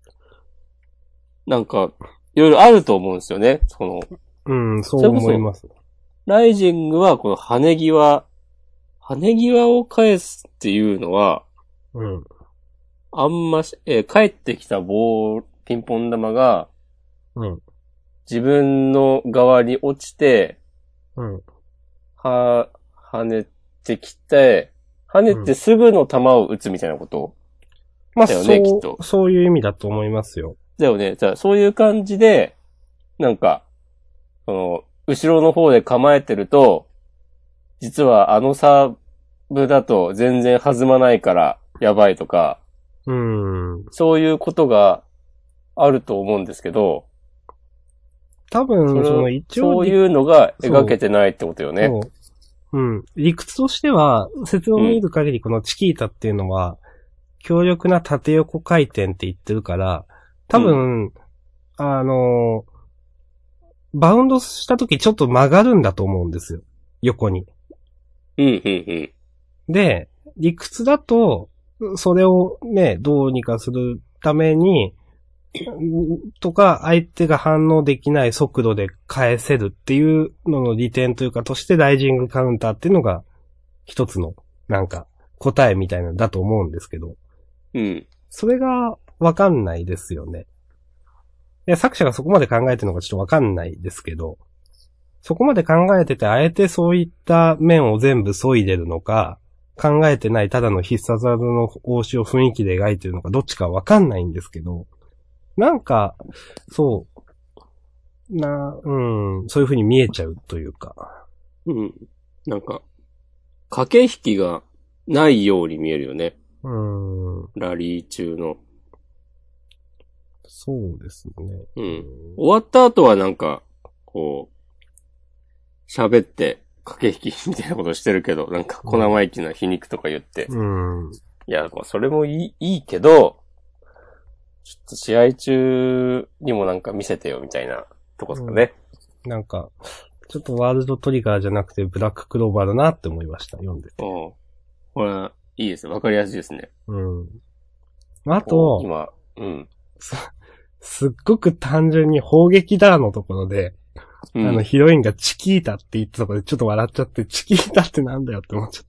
S1: なんか、いろいろあると思うんですよね。
S2: うん、そう思います。
S1: ライジングはこの跳ね際を返すっていうのは、
S2: うん。
S1: あんまし、帰ってきたピンポン玉が、
S2: うん。
S1: 自分の側に落ちて、
S2: うん。
S1: 跳ねてきて、跳ねてすぐの球を打つみたいなことだよね、きっと。
S2: そういう意味だと思いますよ。
S1: だよね。じゃあ、そういう感じで、なんか、後ろの方で構えてると、実はあのサーブだと全然弾まないからやばいとか、そういうことがあると思うんですけど、
S2: 多分、一応。
S1: そういうのが描けてないってことよね。
S2: うん。理屈としては、説明を見る限りこのチキータっていうのは、強力な縦横回転って言ってるから、多分、バウンドした時ちょっと曲がるんだと思うんですよ。横に。で、理屈だと、それをね、どうにかするために、とか、相手が反応できない速度で返せるっていうのの利点というか、としてライジングカウンターっていうのが、一つの、なんか、答えみたいなのだと思うんですけど。
S1: うん。
S2: それが、わかんないですよね。いや、作者がそこまで考えてるのかちょっとわかんないですけど、そこまで考えてて、あえてそういった面を全部削いでるのか、考えてないただの必殺技の応酬を雰囲気で描いてるのか、どっちかわかんないんですけど、なんか、そう、そういう風に見えちゃうというか。
S1: うん。なんか、駆け引きがないように見えるよね。ラリー中の。
S2: そうですね。
S1: うん。終わった後はなんか、こう、喋って駆け引きみたいなことしてるけど、なんか小生意気な皮肉とか言って。いや、まあそれもいいけど、ちょっと試合中にもなんか見せてよみたいなとこですかね。
S2: なんか、ちょっとワールドトリガーじゃなくてブラッククローバーだなって思いました、読んでて。
S1: これ、いいですね。わかりやすいですね。
S2: あと、
S1: 今、
S2: すっごく単純に砲撃だのところで、ヒロインがチキータって言ったところでちょっと笑っちゃって、チキータってなんだよって思っちゃって。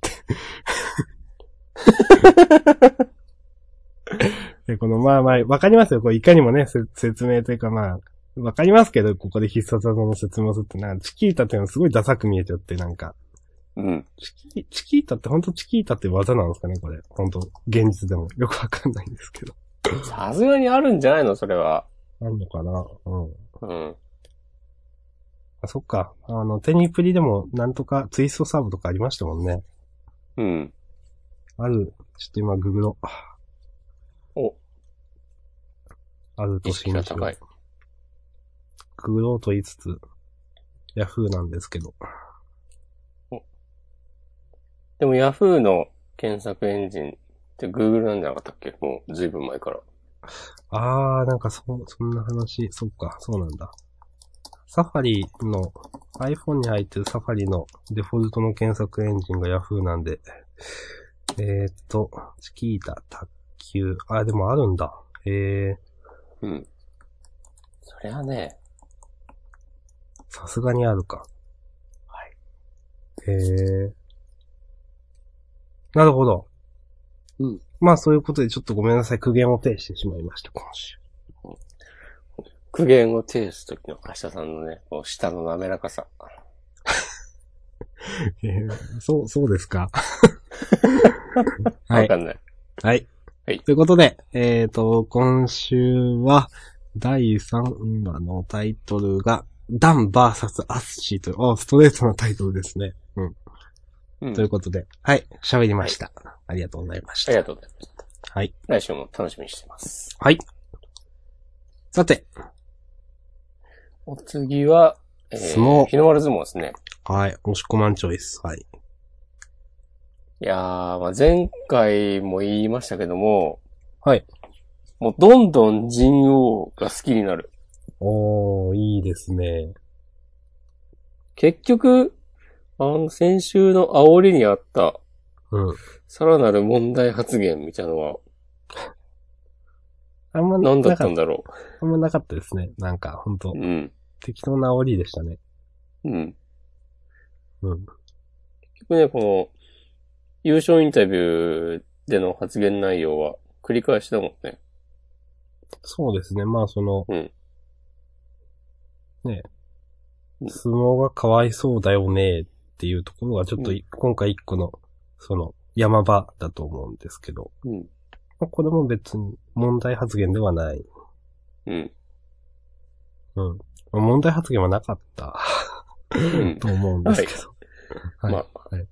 S2: で、わかりますよ。これいかにもね、説明というかわかりますけど、ここで必殺技の説明をするってチキータっていうのはすごいダサく見えちゃって、なんか。チキータって本当チキータって技なんですかね、これ。本当現実でも。よくわかんないんですけど。
S1: さすがにあるんじゃないのそれは。
S2: あるのかなそっか。テニプリでもなんとかツイストサーブとかありましたもんね。ある。ちょっと今ググろう。あると信じよう。ググろうと言いつつ、ヤフーなんですけど。
S1: でもヤフーの検索エンジンって Google なんじゃなかったっけ？もうずいぶん前から。
S2: なんかそんな話、そっか、そうなんだ。サファリの、iPhone に入ってるサファリのデフォルトの検索エンジンが Yahoo なんで、チキータ、卓球、でもあるんだ。
S1: そりゃね。
S2: さすがにあるか。
S1: はい。
S2: へえ。なるほど。
S1: うん。
S2: まあそういうことでちょっとごめんなさい。苦言を呈してしまいました、今週。
S1: 苦言を呈すときの明日さんのね、こう舌の滑らかさ。
S2: そうですか。はい。
S1: わかんない。
S2: はい。
S1: はい。
S2: ということで、今週は、第3話のタイトルが、ダン VS アッシーという、ストレートなタイトルですね。うん。ということで、はい、喋りました、はい。ありがとうございました。
S1: ありがとうございました。
S2: はい。
S1: 来週も楽しみにしています。
S2: はい。さて。
S1: お次は、
S2: 相撲。
S1: 日の丸相撲ですね。
S2: はい。押し込まんチョイス。はい。
S1: いやー、まあ、前回も言いましたけども、
S2: はい。
S1: もうどんどん神王が好きになる。
S2: いいですね。
S1: 結局、先週の煽りにあった、さらなる問題発言みたいなのは、
S2: あんま
S1: 何だったんだろ
S2: う。あんまなかったですね。なんか、ほんと。
S1: うん。
S2: 適当な煽りでしたね。
S1: うん。
S2: うん。
S1: 結局ね、この、優勝インタビューでの発言内容は繰り返しだもんね。
S2: そうですね。まあ、
S1: うん。
S2: ね、相撲がかわいそうだよねっていうところがちょっと、今回一個の、山場だと思うんですけど。
S1: うん。
S2: まあ、これも別に問題発言ではない。
S1: うん。
S2: うん。問題発言はなかった。
S1: うん、
S2: と思うんですけど。
S1: はい。まあ、はい。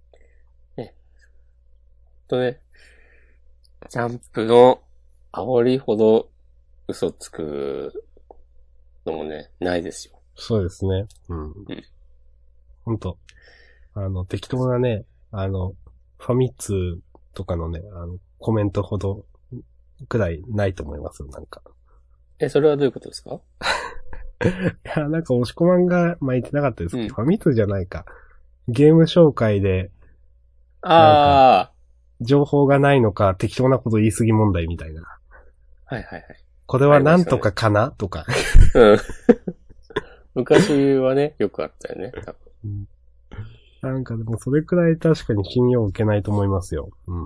S1: ね。ジャンプの煽りほど嘘つくのもね、ないですよ。
S2: そうですね。うん。ほんと。適当なね、ファミ通とかのね、コメントほどくらいないと思いますよ、なんか。
S1: それはどういうことですか？
S2: いや、なんか押し込まんが、言ってなかったですけど、ファミ通じゃないか。ゲーム紹介で、なんか、情報がないのか、適当なこと言い過ぎ問題みたいな。
S1: はいはいはい。
S2: これはなんとかかな、とか。
S1: うん。昔はね、よくあったよね。
S2: なんかでもそれくらい確かに信用を受けないと思いますよ。うん。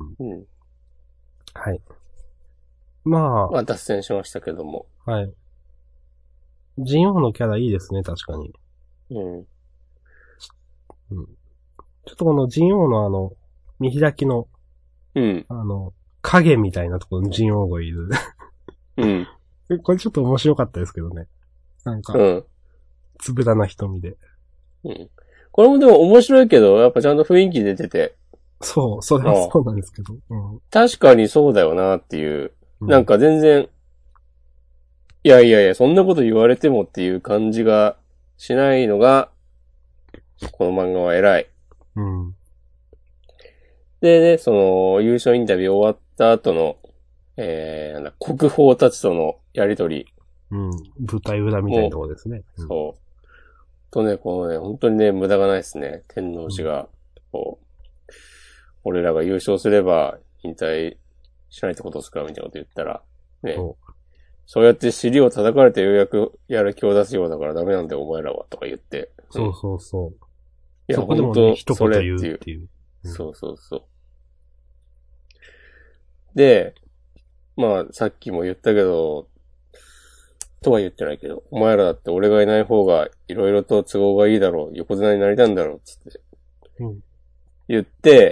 S2: はい。まあ。
S1: 脱線しましたけども。
S2: はい。ジンオウのキャラいいですね、確かに。ちょっとこのジンオウの見開きの、影みたいなところにジンオウがいる。これちょっと面白かったですけどね。なんか、つぶらな瞳で。
S1: これもでも面白いけど、やっぱちゃんと雰囲気出てて。
S2: そう、それはそうなんですけど。
S1: 確かにそうだよなっていう。なんか全然、いや、そんなこと言われてもっていう感じがしないのが、この漫画は偉い。でね、優勝インタビュー終わった後の、国宝たちとのやりとり。
S2: 舞台裏みたいなところですね。
S1: そう。とね、このね、本当にね、無駄がないですね。天皇寺が、俺らが優勝すれば引退しないってことですかみたいなこと言ったら、ね。そうやって尻を叩かれてようやくやる気を出すようだからダメなんだよ、お前らは、とか言って。
S2: そう。
S1: いや、本当それっていう。そう。で、まあ、さっきも言ったけど、とは言ってないけど、お前らだって俺がいない方がいろいろと都合がいいだろう、横綱になりたいんだろう、つって。言って、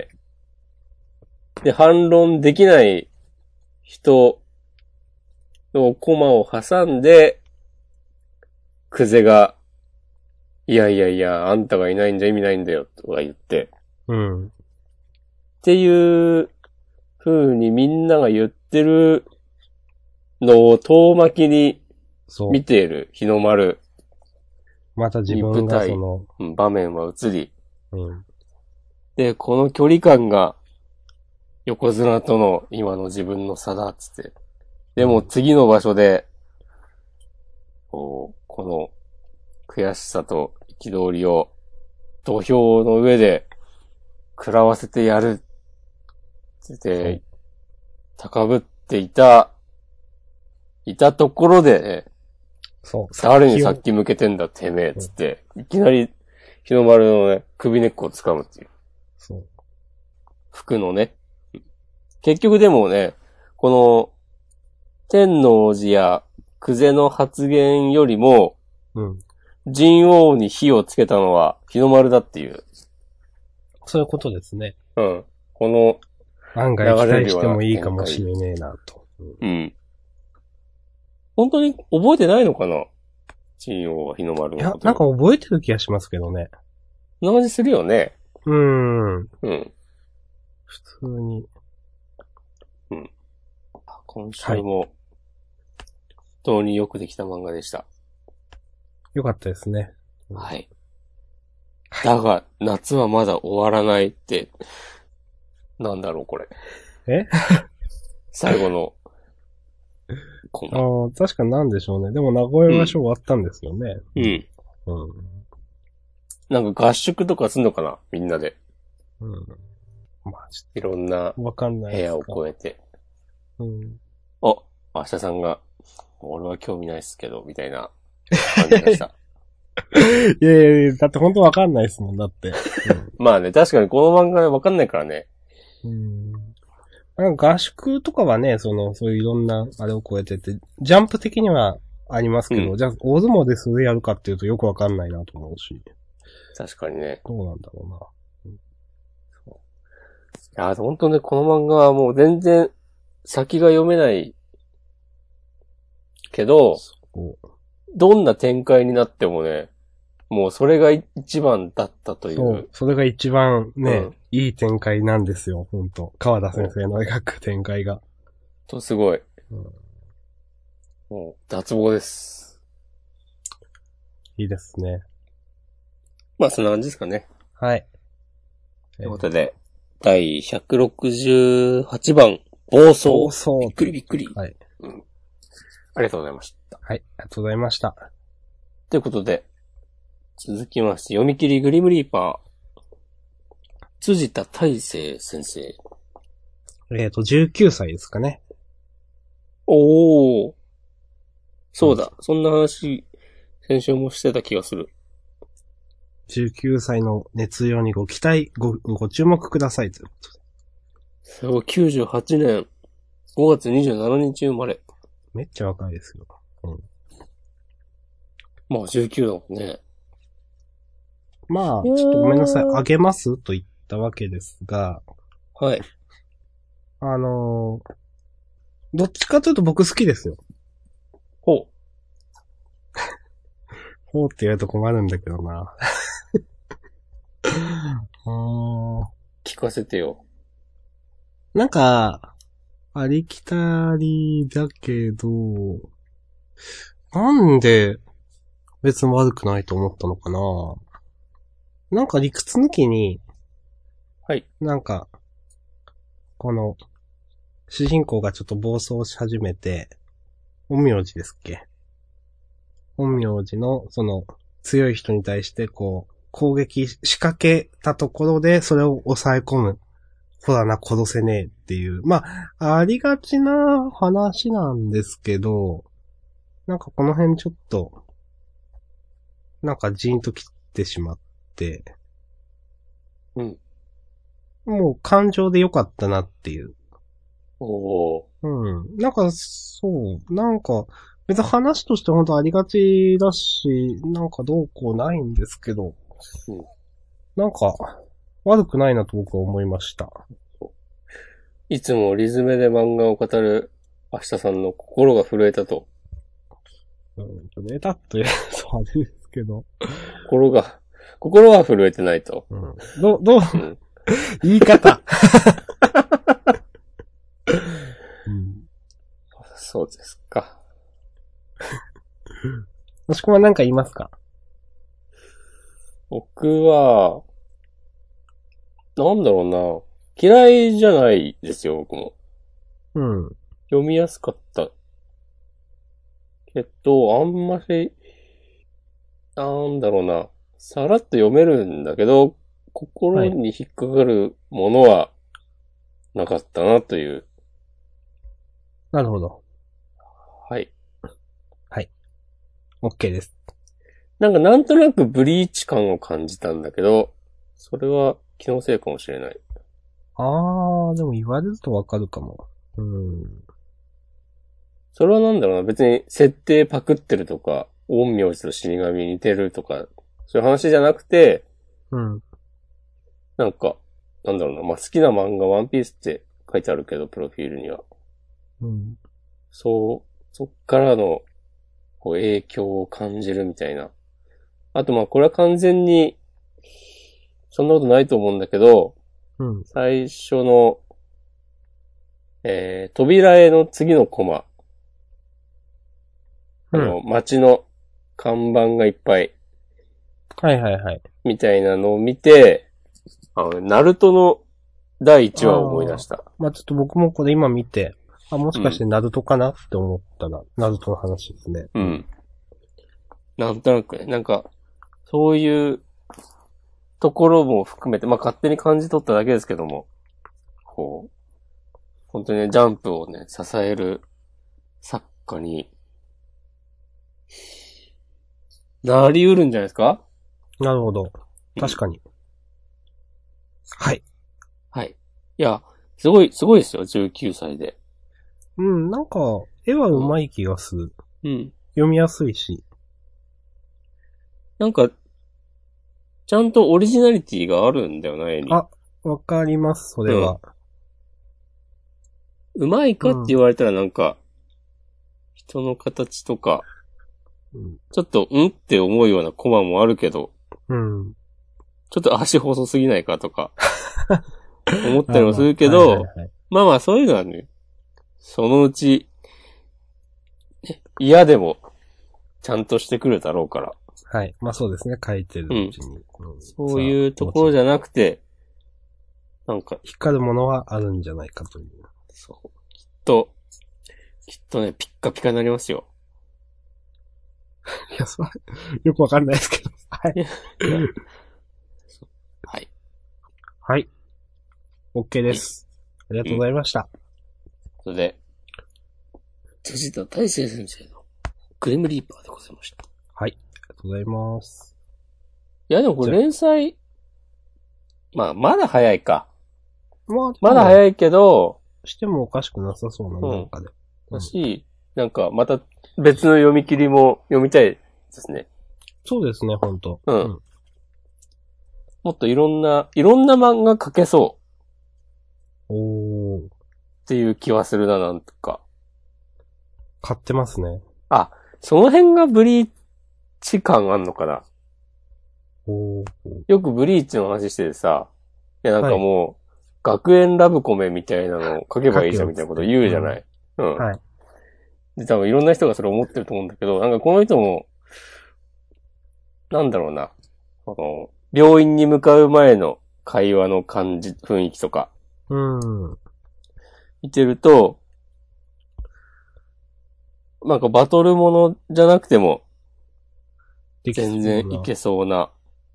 S1: で、反論できない人のコマを挟んで、クゼが、いや、あんたがいないんじゃ意味ないんだよ、とか言って。っていう風にみんなが言ってるのを遠巻きに見ている日の丸。
S2: また自分が
S1: 場面は映り。で、この距離感が横綱との今の自分の差だっつって。でも次の場所で、この悔しさと憤りを土俵の上で食らわせてやるって、高ぶっていたところで、ね、誰にさっき向けてんだてめえつって、いきなり日の丸のね、首根っこを掴むっていう。
S2: そう。
S1: 服のね。結局でもね、この、天王寺や久世の発言よりも、
S2: うん。
S1: 神王に火をつけたのは日の丸だっていう。
S2: そういうことですね。
S1: うん。この、
S2: 案外期待してもいいかもしれねえなと。
S1: うん。本当に覚えてないのかな、神王は日の丸のこと。
S2: いや、なんか覚えてる気がしますけどね。
S1: そんな感じするよね。
S2: うん。
S1: 普
S2: 通に。
S1: 今週も、本当によくできた漫画でした。
S2: よかったですね。
S1: はい。だが、夏はまだ終わらないって、なんだろうこれ。最後の、
S2: 確かになんでしょうね。でも名古屋場所終わったんですよね。
S1: なんか合宿とかすんのかなみんなで。
S2: まあ、
S1: いろんな
S2: わかんない
S1: 部屋を越えて。明日さんが、俺は興味ないっすけど、みたいな感じでした。
S2: いやいや、だって本当わかんないですもん、だって。
S1: まあね、確かにこの漫画でわかんないからね。
S2: なんか合宿とかはね、そういういろんな、あれを超えてて、ジャンプ的にはありますけど、じゃあ、大相撲でそれやるかっていうとよくわかんないなと思うし。
S1: 確かにね。
S2: どうなんだろうな。
S1: いや、本当ね、この漫画はもう全然先が読めないけど、どんな展開になってもね、もうそれが一番だったという。そう、
S2: それが一番ね、いい展開なんですよ、本当川田先生の描く展開が。
S1: すごい。もう、脱帽です。
S2: いいですね。
S1: まあ、そんな感じですかね。
S2: はい。
S1: ということで、第168番、暴走。びっくりびっくり。
S2: はい。
S1: ありがとうございました。
S2: はい、ありがとうございました。
S1: ということで、続きまして、読み切りグリムリーパー、辻田大成先生。
S2: 19歳ですかね。
S1: おー。そうだ、そんな話、先週もしてた気がする。
S2: 19歳の熱量にご期待、ご注目くださいということで。
S1: すごい、98年5月27日生まれ。
S2: めっちゃ若いですよ。
S1: まあ19だもんね。
S2: まあ、ちょっとごめんなさい。あげますと言ったわけですが。
S1: はい。
S2: どっちかというと僕好きですよ。
S1: ほう
S2: って言われると困るんだけどな。
S1: 聞かせてよ。
S2: なんか、ありきたりだけど、なんで別に悪くないと思ったのかな。なんか理屈抜きに、
S1: はい。
S2: なんか、この、主人公がちょっと暴走し始めて、陰陽師ですっけ？陰陽師の、強い人に対して、攻撃仕掛けたところで、それを抑え込む。ほらな、殺せねえっていう。まあ、ありがちな話なんですけど、なんかこの辺ちょっと、なんかジーンと切ってしまって、もう感情で良かったなっていう。なんか、なんか、別に話として本当ありがちだし、なんかどうこうないんですけど、なんか、悪くないなと僕は思いました。
S1: いつもリズムで漫画を語る明日さんの心が震えたと。
S2: 震えたってそうあれですけど。
S1: 心は震えてないと。
S2: 言い方。
S1: そうですか。
S2: もしくは何か言いますか？
S1: 僕は、なんだろうな。嫌いじゃないですよ、僕も。読みやすかった。けど、あんまり、なんだろうな。さらっと読めるんだけど、心に引っかかるものはなかったなという。
S2: なるほど。
S1: はい。
S2: はい。OK です。
S1: なんとなくブリーチ感を感じたんだけど、それは気のせいかもしれない。
S2: でも言われるとわかるかも。
S1: それはなんだろうな、別に設定パクってるとか、陰陽師と死神に似てるとか、そういう話じゃなくて、なんか、なんだろうな、まあ、好きな漫画ワンピースって書いてあるけど、プロフィールには。そっからの、こう、影響を感じるみたいな。あと、まあ、これは完全に、そんなことないと思うんだけど、最初の、扉絵の次のコマ。街の看板がいっぱい。
S2: はいはいはい。
S1: みたいなのを見て、ナルトの第1話を思い出した。
S2: まあ、ちょっと僕もこれ今見て、もしかしてナルトかなって思ったら、ナルトの話ですね。
S1: なんとなくね、なんか、そういうところも含めて、まあ、勝手に感じ取っただけですけども、こう、本当にね、ジャンプをね、支える作家に、なり得るんじゃないですか？
S2: なるほど。確かに。はい。
S1: はい。いや、すごいですよ、19歳で。
S2: なんか、絵は上手い気がする。読みやすいし。
S1: なんか、ちゃんとオリジナリティがあるんだよな、絵に。
S2: わかります、それは。
S1: 上手いかって言われたらなんか、人の形とか、ちょっと、って思うようなコマもあるけど、ちょっと足細すぎないかとか、思ったりもするけど、まあまあそういうのはね、そのうち、嫌でも、ちゃんとしてくるだろうから。
S2: はい。まあそうですね、書いてるうちに。
S1: そういうところじゃなくて、なんか、
S2: 光るものはあるんじゃないかという。
S1: そう。きっとね、ピッカピカになりますよ。
S2: いや、よくわかんないですけど。はい。
S1: はい。
S2: はい。OK です。ありがとうございました。
S1: それで、辻田大成先生のグレムリーパーでございました。
S2: はい。ありがとうございます。
S1: いや、でもこれ連載、まあ、まだ早いか。まだ早いけど、
S2: してもおかしくなさそうな、なんかで。
S1: だし、なんか、また別の読み切りも読みたいですね。
S2: そうですね、ほんと。
S1: もっといろんな漫画描けそう。っていう気はするな、なんとか。
S2: 買ってますね。
S1: その辺がブリーチ感あんのかな。よくブリーチの話しててさ、いやなんかもう、学園ラブコメみたいなのを書けばいいじゃんみたいなこと言うじゃない。はい。で、多分いろんな人がそれ思ってると思うんだけど、なんかこの人も、なんだろうな。病院に向かう前の会話の感じ、雰囲気とか。見てると、なんかバトルものじゃなくても、全然いけそうな。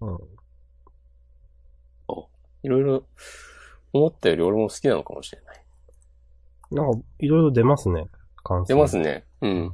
S1: いろいろ思ったより俺も好きなのかもしれない。
S2: なんか、いろいろ出ますね。
S1: 出ますね。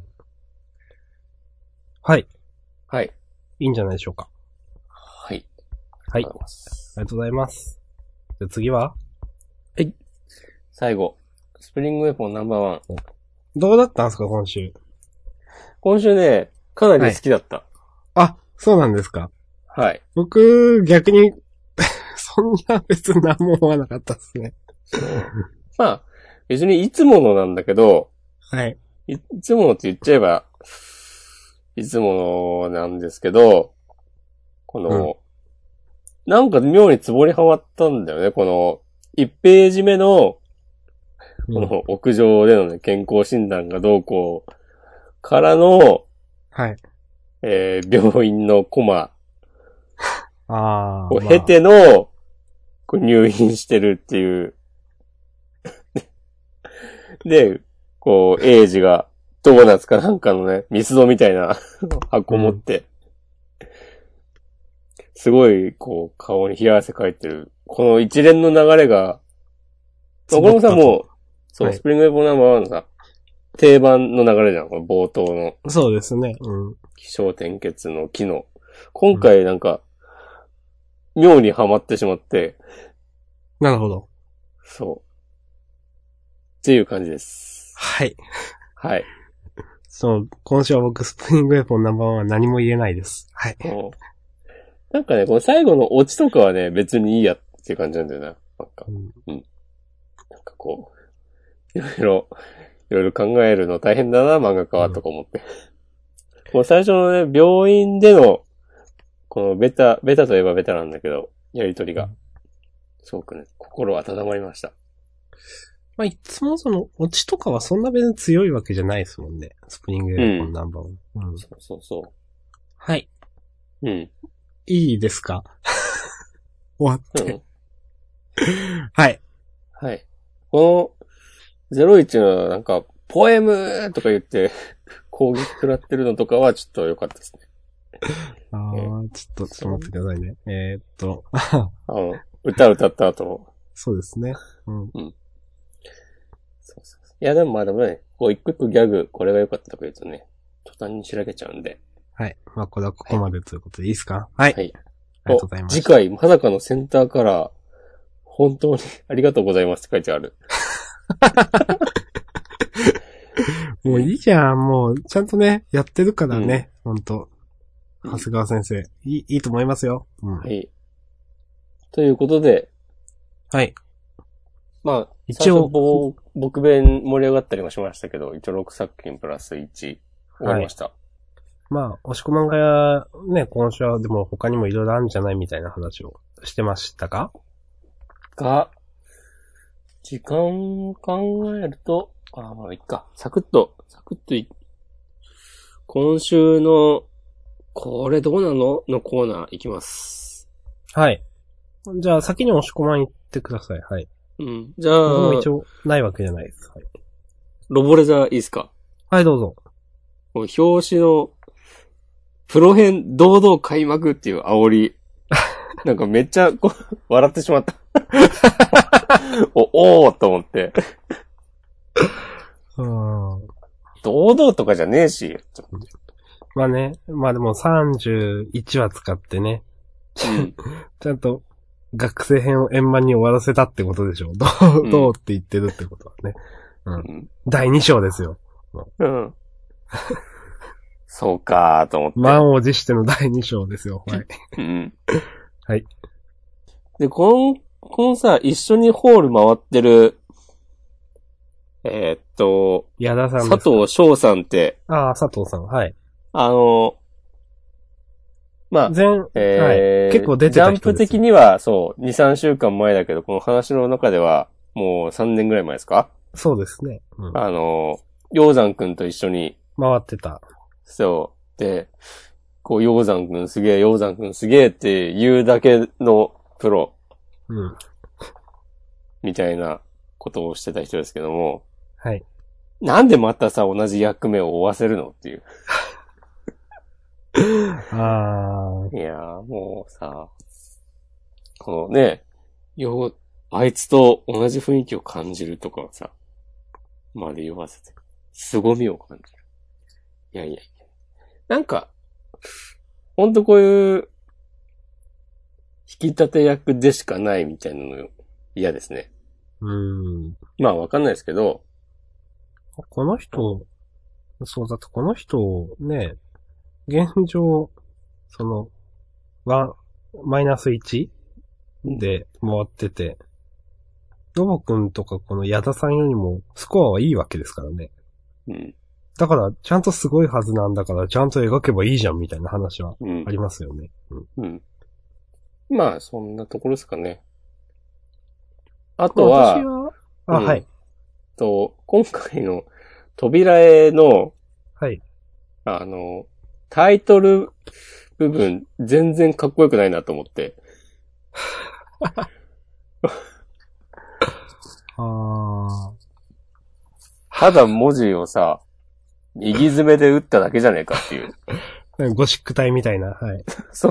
S2: はい。
S1: はい。
S2: いいんじゃないでしょうか。
S1: はい。
S2: はい。ありがとうございます。じゃあ次は？
S1: はい。最後。スプリングウェポンナンバーワン。
S2: どうだったんですか、今週。
S1: 今週ね、かなり好きだった。
S2: そうなんですか。
S1: はい。
S2: 僕、逆に、そんな別に何も思わなかったですね。
S1: まあ、別にいつものなんだけど、
S2: はい。
S1: いつものって言っちゃえば、いつものなんですけど、この、なんか妙にツボにはまったんだよね。この、1ページ目の、この屋上でのね、健康診断がどうこう、からの、
S2: はい。
S1: 病院のコマ
S2: を
S1: 経ての、こう入院してるっていう。で、こう、エイジが、ドーナツかなんかのね、ミスドみたいな箱持って、すごい、こう、顔に冷や汗かいてる。この一連の流れが、これもさ、もう、そう、スプリングウェポンナンバーワンのさ、定番の流れじゃん、この冒頭の。
S2: そうですね。
S1: 起承転結の木の今回なんか、妙にハマってしまって。
S2: なるほど。
S1: そう。っていう感じです。
S2: はい。
S1: はい。
S2: そう、今週は僕、スプリングウェポンナンバーワンは何も言えないです。はい。
S1: なんかね、この最後のオチとかはね、別にいいやっていう感じなんだよな。なんか、なんかこう、いろいろ考えるの大変だな、漫画家は、とか思って。もう最初のね、病院での、このベタといえばベタなんだけど、やりとりが、すごくね、心温まりました。
S2: まあ、いつもその、オチとかはそんな別に強いわけじゃないですもんね。スプリングウェポンナンバーワン。
S1: そう。
S2: はい。
S1: い
S2: いですか終わって。はい。
S1: はい。この、01のなんか、ポエムとか言って、攻撃食らってるのとかはちょっと良かったですね。
S2: ちょっと待ってくださいね。
S1: 歌歌った後。
S2: そうですね。
S1: そう。いやでもね、こう一個一個ギャグ、これが良かったとか言うとね、途端にしらけちゃうんで。
S2: はい。まあこれはここまでということでいいですか？はい。ありがとうございます。
S1: 次回、まさかのセンターカラー、本当にありがとうございますって書いてある。
S2: もういいじゃん、もう、ちゃんとね、やってるからね、本当長谷川先生。いいと思いますよ。はい。
S1: ということで。
S2: はい。
S1: まあ、一応、僕弁盛り上がったりもしましたけど、一応6作品プラス1終わりました。
S2: まあ、押し込まんがね、今週はでも他にもいろいろあるんじゃないみたいな話をしてましたか？
S1: 時間考えると、まあいいか。サクッと今週の、これどうなののコーナーいきます。
S2: はい。じゃあ先に押し込まん言ってください。はい。
S1: じゃあ。
S2: 僕も一応ないわけじゃないです。はい。
S1: ロボレザいいですか？
S2: はい、どうぞ。
S1: 表紙の、プロ編堂々開幕っていう煽り。なんかめっちゃ笑ってしまった。おーと思って。堂々とかじゃねえし。
S2: まあね、まあでも31話使ってね。ちゃんと学生編を円満に終わらせたってことでしょ。どうって言ってるってことはね。第2章ですよ。
S1: そうかーと思って。
S2: 満を持しての第2章ですよ。はい。はい。
S1: で、このさ、一緒にホール回ってる、
S2: 矢田さんです。
S1: 佐藤翔さんって。
S2: 佐藤さん。はい。
S1: まあ、
S2: 結構出てた人です。
S1: ジャンプ的には、そう、2、3週間前だけど、この話の中では、もう3年ぐらい前ですか？
S2: そうですね。
S1: 鷹山くんと一緒に。
S2: 回ってた。
S1: そう。で、こう、鷹山くんすげえって言うだけのプロ。みたいなことをしてた人ですけども。
S2: はい。
S1: なんでまたさ、同じ役目を負わせるのっていう。いやー、もうさ、このね、あいつと同じ雰囲気を感じるとかさ、まで言わせて、凄みを感じる。いや。なんか、ほんとこういう、引き立て役でしかないみたいなの嫌ですね。まあわかんないですけど。
S2: この人、そうだとこの人、ね、現状、マイナス1で回ってて、ロボくんとかこの矢田さんよりもスコアはいいわけですからね。だから、ちゃんとすごいはずなんだから、ちゃんと描けばいいじゃんみたいな話はありますよね。
S1: まあ、そんなところですかね。あとは、
S2: はい。
S1: 今回の扉絵の、
S2: はい。
S1: タイトル部分、全然かっこよくないなと思って。ただ文字をさ、右爪で打っただけじゃねえかっていう。
S2: ゴシック体みたいな、はい。
S1: そう。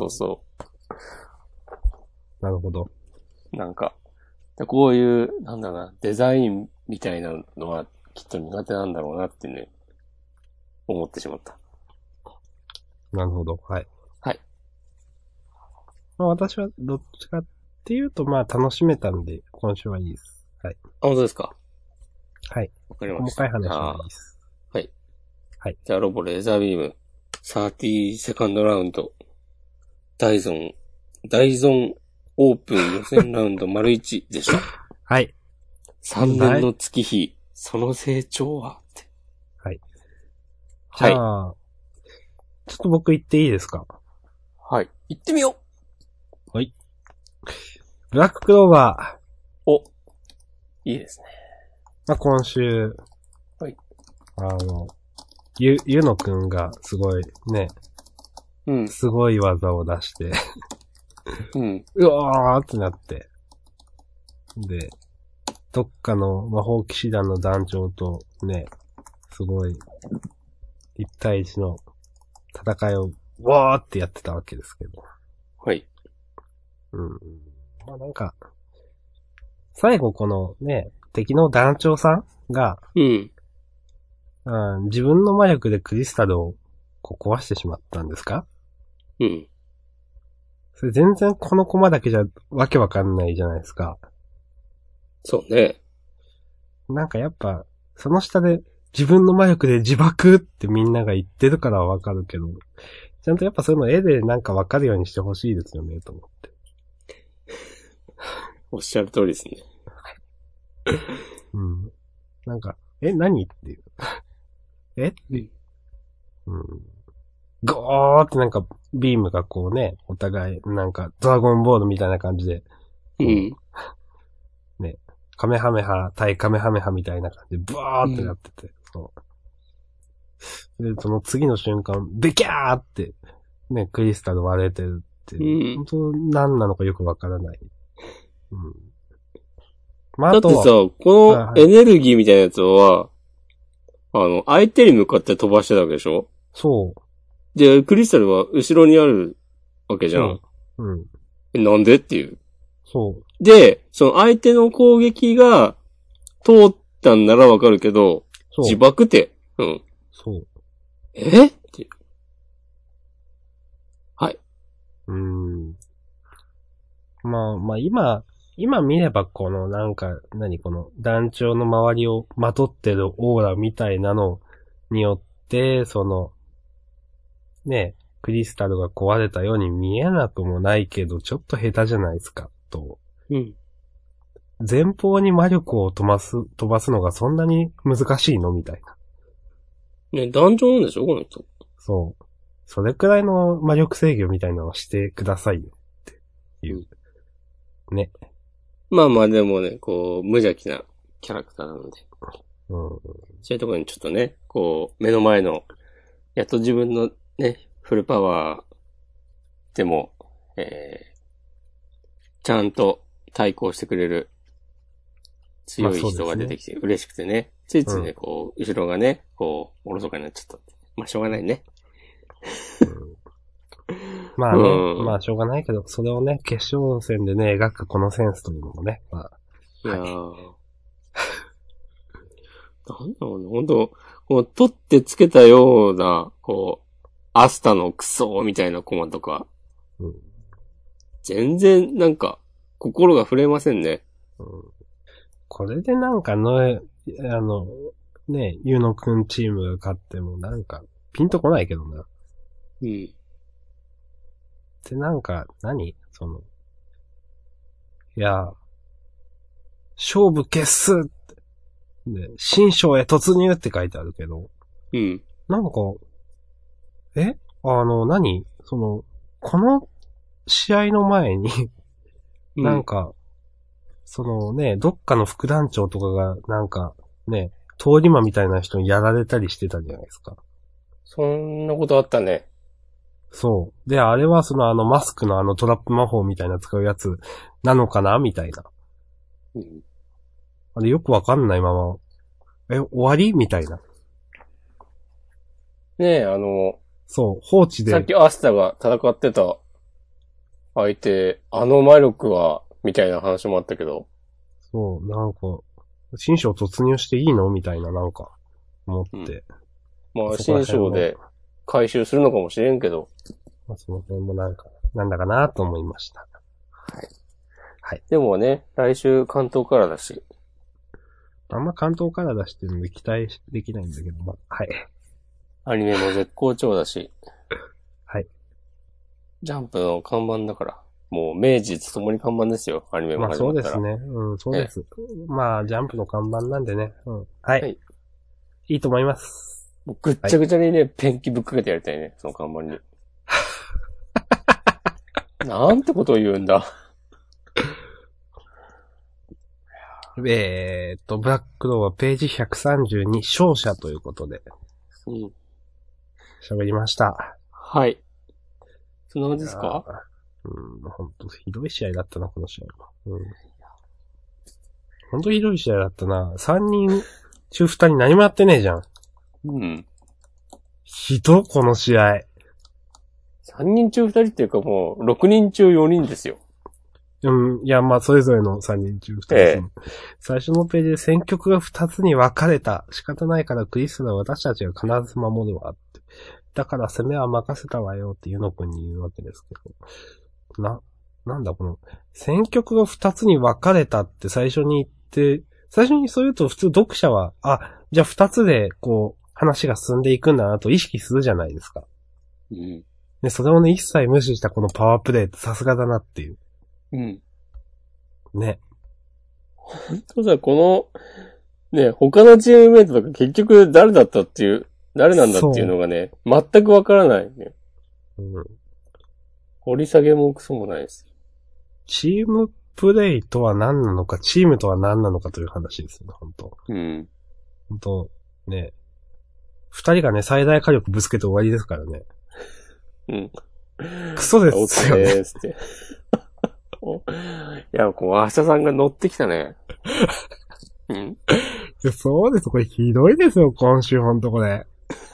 S2: なるほど。
S1: なんか、こういう、なんだろうな、デザインみたいなのはきっと苦手なんだろうなってね、思ってしまった。
S2: なるほど、はい。
S1: はい。
S2: まあ私はどっちかっていうと、まあ楽しめたんで、今週はいいです。はい。
S1: あ、本当ですか？
S2: はい。
S1: わかりました。
S2: 細かい話はいいです。
S1: はい。
S2: はい。
S1: じゃあロボレーザービーム、30セカンドラウンド、ダイゾンオープン予選ラウンド丸1でした。
S2: はい。
S1: 3年の月日、その成長はって。
S2: はい。じゃあ、はい、ちょっと僕言っていいですか？
S1: はい。行ってみよ
S2: う。はい。ブラッククローバ
S1: ー。お。いいですね。
S2: まあ、今週。
S1: はい。
S2: ゆのくんがすごいね。
S1: うん。
S2: すごい技を出して。
S1: うん。
S2: うわーってなって。で、どっかの魔法騎士団の団長とね、すごい、一対一の戦いを、わーってやってたわけですけど。
S1: はい。
S2: うん。まあなんか、最後このね、敵の団長さんが、
S1: うん。
S2: 自分の魔力でクリスタルをこう壊してしまったんですか？
S1: うん。
S2: それ全然このコマだけじゃわけわかんないじゃないですか。
S1: そうね。
S2: なんかやっぱ、その下で自分の魔力で自爆ってみんなが言ってるからわかるけど、ちゃんとやっぱそういうの絵でなんかわかるようにしてほしいですよね、と思って。
S1: おっしゃる通りですね。
S2: うん。なんか、何っていう。っていう。うん。ゴーってなんか、ビームがこうね、お互い、なんか、ドラゴンボールみたいな感じで。
S1: うん。
S2: ね、カメハメハ対カメハメハみたいな感じで、ブワーってなってて、そう。で、その次の瞬間、ベキャーって、ね、クリスタル割れてるって、本当何なのかよくわからない。うん。
S1: まあ、だってさ、このエネルギーみたいなやつは、相手に向かって飛ばしてたわけでしょ？
S2: そう。
S1: で、クリスタルは後ろにあるわけじゃん。
S2: うん。
S1: なんでっていう。
S2: そう。
S1: で、その相手の攻撃が通ったんならわかるけど、自爆って、うん。
S2: そう。
S1: っていう。はい。
S2: まあ今見ればこのなんか、この団長の周りをまとってるオーラみたいなのによって、その、ね、クリスタルが壊れたように見えなくもないけど、ちょっと下手じゃないですか、と。
S1: うん。
S2: 前方に魔力を飛ばすのがそんなに難しいのみたいな。
S1: ね、団長なんでしょこの人。
S2: そう。それくらいの魔力制御みたいなのをしてくださいよ、っていう。ね。
S1: まあまあでもね、こう、無邪気なキャラクターなので。
S2: うん。
S1: そういうところにちょっとね、こう、目の前の、やっと自分のね、フルパワーでも、ちゃんと対抗してくれる強い人が出てきて嬉しくてね。ついついね、こう、後ろがね、こう、おろそかになっちゃった。まあ、しょうがないね。
S2: まあね、まあしょうがないけど、それをね、決勝戦でね、描くこのセンスというのもね、まあ。
S1: いやー。なんだろうね、ほんと、こう、取ってつけたような、こう、アスタのクソみたいなコマとか。全然、なんか、心が触れませんね。
S2: これでなんかね、ゆのくんチームが勝ってもなんか、ピンとこないけどな。
S1: うん。
S2: で、なんか、その、いや、勝負決すって。で、新章へ突入って書いてあるけど。
S1: うん。
S2: なんか、その、この試合の前になんか、そのね、どっかの副団長とかが、なんか、ね、通り魔みたいな人にやられたりしてたじゃないですか。
S1: そんなことあったね。
S2: そう。で、あれはそのマスクのトラップ魔法みたいな使うやつなのかなみたいな。
S1: うん。
S2: あれよくわかんないまま、終わりみたいな。
S1: ねえ、
S2: そう、放置で。
S1: さっきアスタが戦ってた相手、魔力は、みたいな話もあったけど。
S2: そう、なんか、新章突入していいのみたいな、なんか、思って。
S1: まあ、新章で回収するのかもしれんけど。
S2: まあ、その辺もなんか、 なんだかなと思いました。
S1: はい。はい。でもね、来週関東からだし。
S2: あんま関東から出してるので期待できないんだけど、まあ、はい。
S1: アニメも絶好調だし。
S2: はい。
S1: ジャンプの看板だから。もう明治ともに看板ですよ、アニメも始まったら。
S2: まあそうですね。うん、そうです。まあ、ジャンプの看板なんでね。うん。はい。はい、いいと思います。
S1: もうぐっちゃぐちゃにね、ペンキぶっかけてやりたいね、その看板に。なんてことを言うんだ。
S2: ブラックローはページ132、勝者ということで。
S1: うん。
S2: 喋りました。
S1: はい。そんな感じですか？
S2: ほんとひどい試合だったな、この試合は。ほんとひどい試合だったな。3人中2人何もやってねえじゃん。
S1: うん。
S2: ひど、この試合。
S1: 3人中2人っていうかもう、6人中4人ですよ。
S2: いや、まあ、それぞれの3人中2人、最初のページで選曲が2つに分かれた。仕方ないからクリスタは私たちが必ず守るわって。だから攻めは任せたわよってユノ君に言うわけですけど。なんだこの、選曲が2つに分かれたって最初に言って、最初にそう言うと普通読者は、じゃあ2つでこう、話が進んでいくんだなと意識するじゃないですか。
S1: うん。
S2: で、それをね、一切無視したこのパワープレイってさすがだなっていう。
S1: うん。
S2: ね。
S1: 本当さ、この、ね、他のチームメイトとか結局誰だったっていう、誰なんだっていうのがね、全くわからないね。
S2: うん。
S1: 掘り下げもクソもないです。
S2: チームプレイとは何なのか、チームとは何なのかという話ですよね、本当。
S1: うん。
S2: 本当ね。二人がね、最大火力ぶつけて終わりですからね。
S1: うん。
S2: クソですよね。
S1: ーって。いや、こう、明日さんが乗ってきたね。うん。い
S2: や、そうです。これひどいですよ、今週ほんとこれ。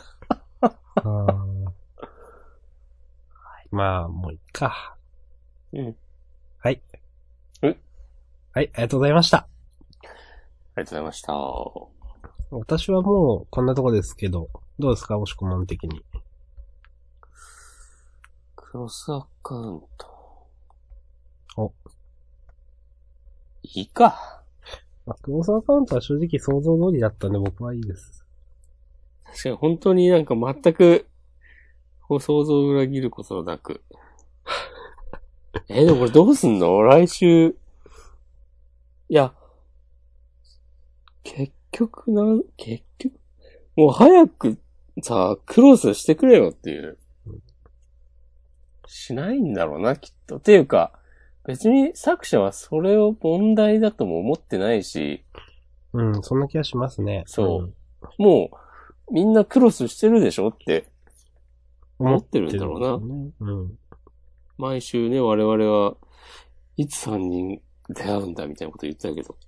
S2: まあ、もういっか。
S1: うん。
S2: はい。
S1: はい、
S2: ありがとうございました。
S1: ありがとうございました。
S2: 私はもうこんなとこですけど、どうですか、押し込まん的に。
S1: クロスアカウント。
S2: お。
S1: いいか。
S2: クロスアカウントは正直想像通りだったんで僕はいいです。
S1: 確かに本当になんか全く、想像を裏切ることなく。でもこれどうすんの？来週。いや、結局、もう早くさ、クロスしてくれよっていう。しないんだろうな、きっと。っていうか、別に作者はそれを問題だとも思ってないし。
S2: うん、そんな気がしますね。
S1: そう。もう、みんなクロスしてるでしょって思ってるんだろうな。
S2: うん。
S1: 毎週ね、我々はいつ3人出会うんだみたいなこと言ってたけど。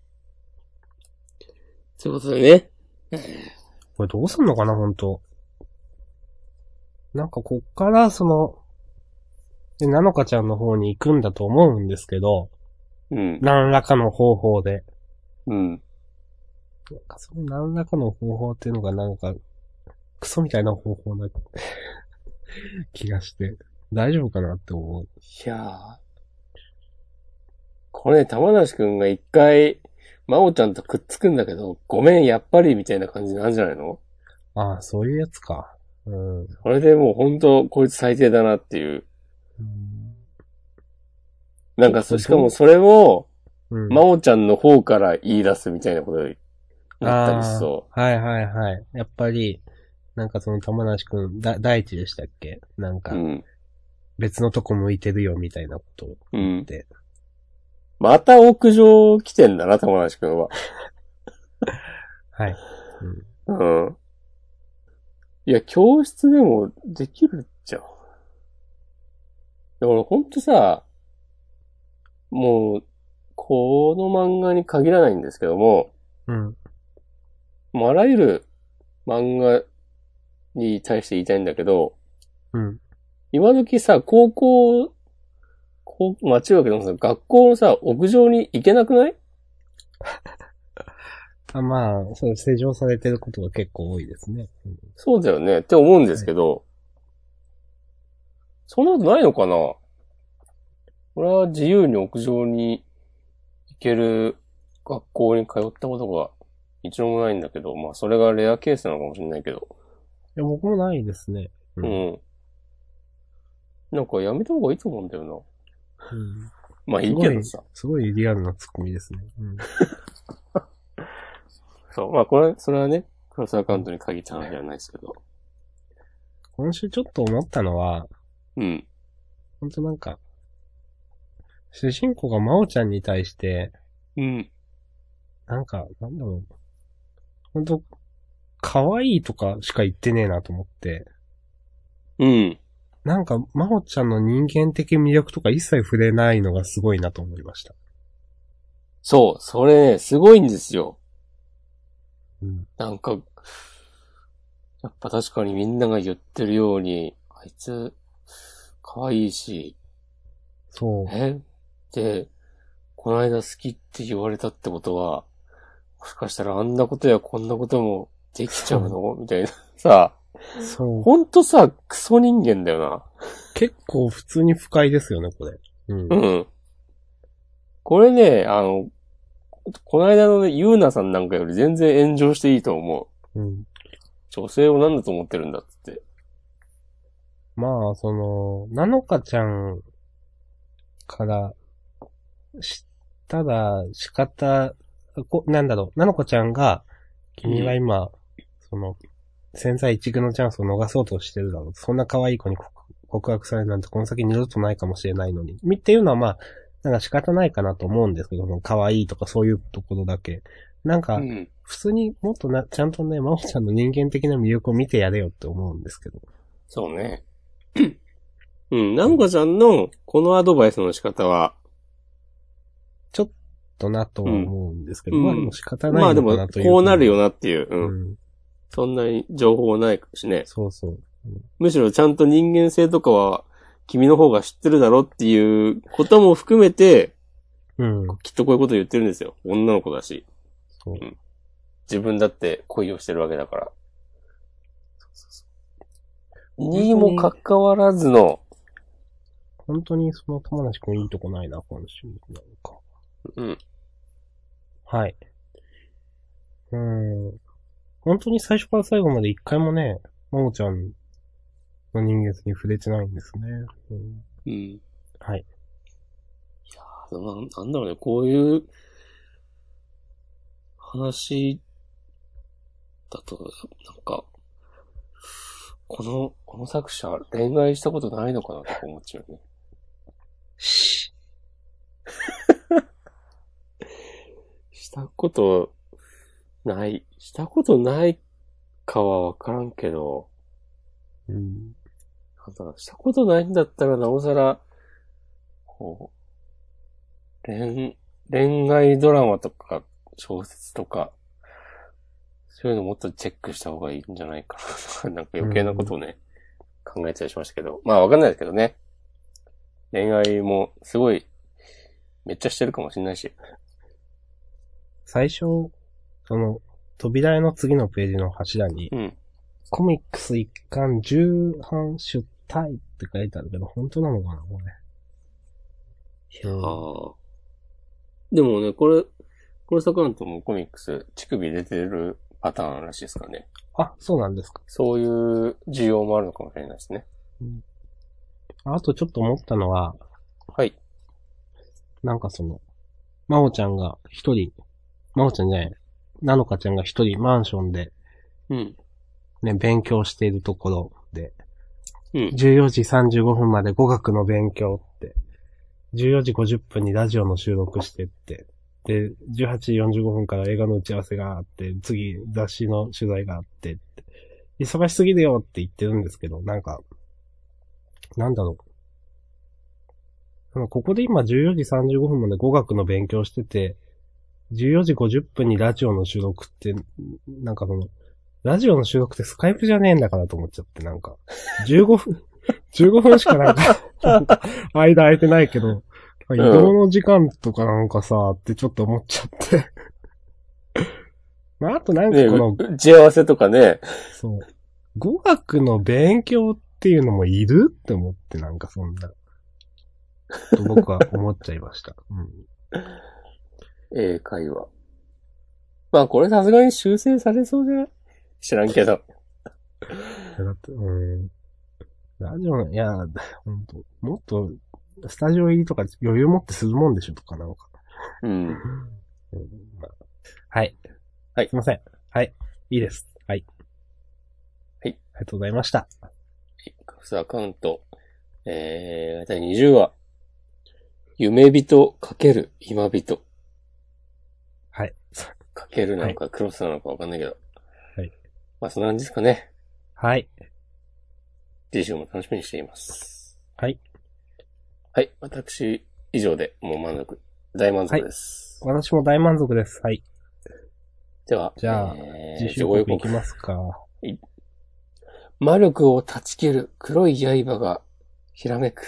S1: そういうことでね。
S2: これどうすんのかな、本当なんかこっからなのかちゃんの方に行くんだと思うんですけど、
S1: うん。
S2: 何らかの方法で。
S1: うん。
S2: なんかその何らかの方法っていうのがなんか、クソみたいな方法な気がして、大丈夫かなって思う。
S1: いやー。これ、玉梨くんが一回、真央ちゃんとくっつくんだけど、ごめん、やっぱりみたいな感じなんじゃないの？
S2: ああ、そういうやつか。うん。
S1: それでもう本当こいつ最低だなっていう。なんかしかもそれを、真央ちゃんの方から言い出すみたいなこと言ったりしそう。
S2: はいはいはい。やっぱり、なんかその玉梨くん、大地でしたっけ？なんか、別のとこ向いてるよみたいなことを言って。
S1: また屋上来てんだな、玉梨くんは。
S2: はい。
S1: うん。いや、教室でもできるじゃん。だからほんとさ、もう、この漫画に限らないんですけども、もうあらゆる漫画に対して言いたいんだけど、今時さ、間違うけどさ、学校のさ、屋上に行けなくない？
S2: まあ、そう、施錠されてることが結構多いですね。
S1: そうだよねって思うんですけど、そんなことないのかな？ 俺は自由に屋上に行ける学校に通ったことが一度もないんだけど、まあそれがレアケースなのかもしれないけど。
S2: いや、僕もないですね。
S1: うん。なんかやめた方がいいと思うんだよな。
S2: うん。
S1: まあいいけどさ。
S2: すごいリアルなツッコミですね。うん。
S1: そう。まあそれはね、クロスアカウントに限った話じゃないですけど。
S2: 今週ちょっと思ったのは、
S1: うん。
S2: ほんとなんか、主人公が真央ちゃんに対して、
S1: うん。
S2: なんか、なんだろう。ほんと、可愛いとかしか言ってねえなと思って。
S1: うん。
S2: なんか、真央ちゃんの人間的魅力とか一切触れないのがすごいなと思いました。
S1: そう。それね、すごいんですよ。
S2: うん。
S1: なんか、やっぱ確かにみんなが言ってるように、あいつ、可愛いし、
S2: そう。
S1: で、この間好きって言われたってことは、もしかしたらあんなことやこんなこともできちゃうのみたいな。さ、
S2: そう。
S1: ほんとさ、クソ人間だよな。
S2: 結構普通に不快ですよね、これ。うん。
S1: うん。これね、この間のね、ゆうなさんなんかより全然炎上していいと思
S2: うん。
S1: う。女性を何だと思ってるんだっつって。
S2: まあ、なのかちゃんからただ仕方、なんだろう、なのかちゃんが、君は今、千載一遇のチャンスを逃そうとしてるだろう。そんな可愛い子に告白されるなんてこの先二度とないかもしれないのに。っていうのはまあ、なんか仕方ないかなと思うんですけど、可愛いとかそういうところだけ。なんか、普通にもっとちゃんとね、真央ちゃんの人間的な魅力を見てやれよって思うんですけど。
S1: そうね。うん、なのかちゃんのこのアドバイスの仕方は、
S2: ちょっとなとは思うんですけど、まあでも仕方
S1: まあでも、
S2: ないのかなという。
S1: こうなるよなっていう、そんなに情報ないしね。
S2: そうそう。
S1: むしろちゃんと人間性とかは、君の方が知ってるだろっていうことも含めて、きっとこういうこと言ってるんですよ。女の子だし。
S2: そう。
S1: 自分だって恋をしてるわけだから。にもかかわらずの、
S2: 本当にその友達くんいいとこないな、今週。なんか。
S1: うん。
S2: はい。本当に最初から最後まで一回もね、ももちゃんの人間性に触れてないんですね。
S1: うん。
S2: はい。
S1: いやー、なんだろうね、こういう話だと、なんか、この作者、恋愛したことないのかなとか思っちゃうね。したことないかはわからんけど、したことないんだったらなおさら、こう、恋愛ドラマとか小説とか、そういうのもっとチェックした方がいいんじゃないかな。なんか余計なことをね、考えたりしましたけど。まあわかんないですけどね。恋愛もすごい、めっちゃしてるかもしれないし。
S2: 最初、扉絵の次のページの柱に、コミックス一巻重版出体って書いてあるけど、本当なのかな、これ。
S1: いやー。でもね、これサカウントもコミックス、乳首出てるパターンらしいですからね。
S2: あ、そうなんですか。
S1: そういう需要もあるのかもしれないですね。
S2: あとちょっと思ったのは、
S1: はい。
S2: なんかまおちゃんが一人、まおちゃんじゃない、なのかちゃんが一人マンションで、ね、勉強しているところで、14時35分まで語学の勉強って、14時50分にラジオの収録してって、で、18時45分から映画の打ち合わせがあって、次雑誌の取材があって、忙しすぎるよって言ってるんですけど、なんか、なんだろう。ここで今14時35分まで語学の勉強してて、14時50分にラジオの収録って、なんかラジオの収録ってスカイプじゃねえんだからと思っちゃって、なんか、15分しかなんか間空いてないけど、移動の時間とかなんかさ、ってちょっと思っちゃって。まあ、あとなんか
S1: 打ち合わせとかね。
S2: そう。語学の勉強っていうのもいるって思って、なんかそんな。 と僕は思っちゃいました。
S1: 英会話。まあこれさすがに修正されそうじゃない？知らんけど。だ
S2: って、ラジオの、いや、本当もっと、スタジオ入りとか余裕持ってするもんでしょとかなんか。はい。
S1: はい。
S2: すいません。はい。いいです。はい。
S1: はい。
S2: ありがとうございました。
S1: カフスアカウント。第20話。夢人×今人。
S2: はい。
S1: かけるなのかクロスなのかわかんないけど。
S2: はい。
S1: まあそんな感じですかね。
S2: はい。
S1: 次週も楽しみにしています。
S2: はい。
S1: はい。私、以上でもう大満足です。
S2: はい。私も大満足です。はい。
S1: では、
S2: じゃあ、次週予告いきますか。
S1: 魔力を断ち切る黒い刃がひらめく。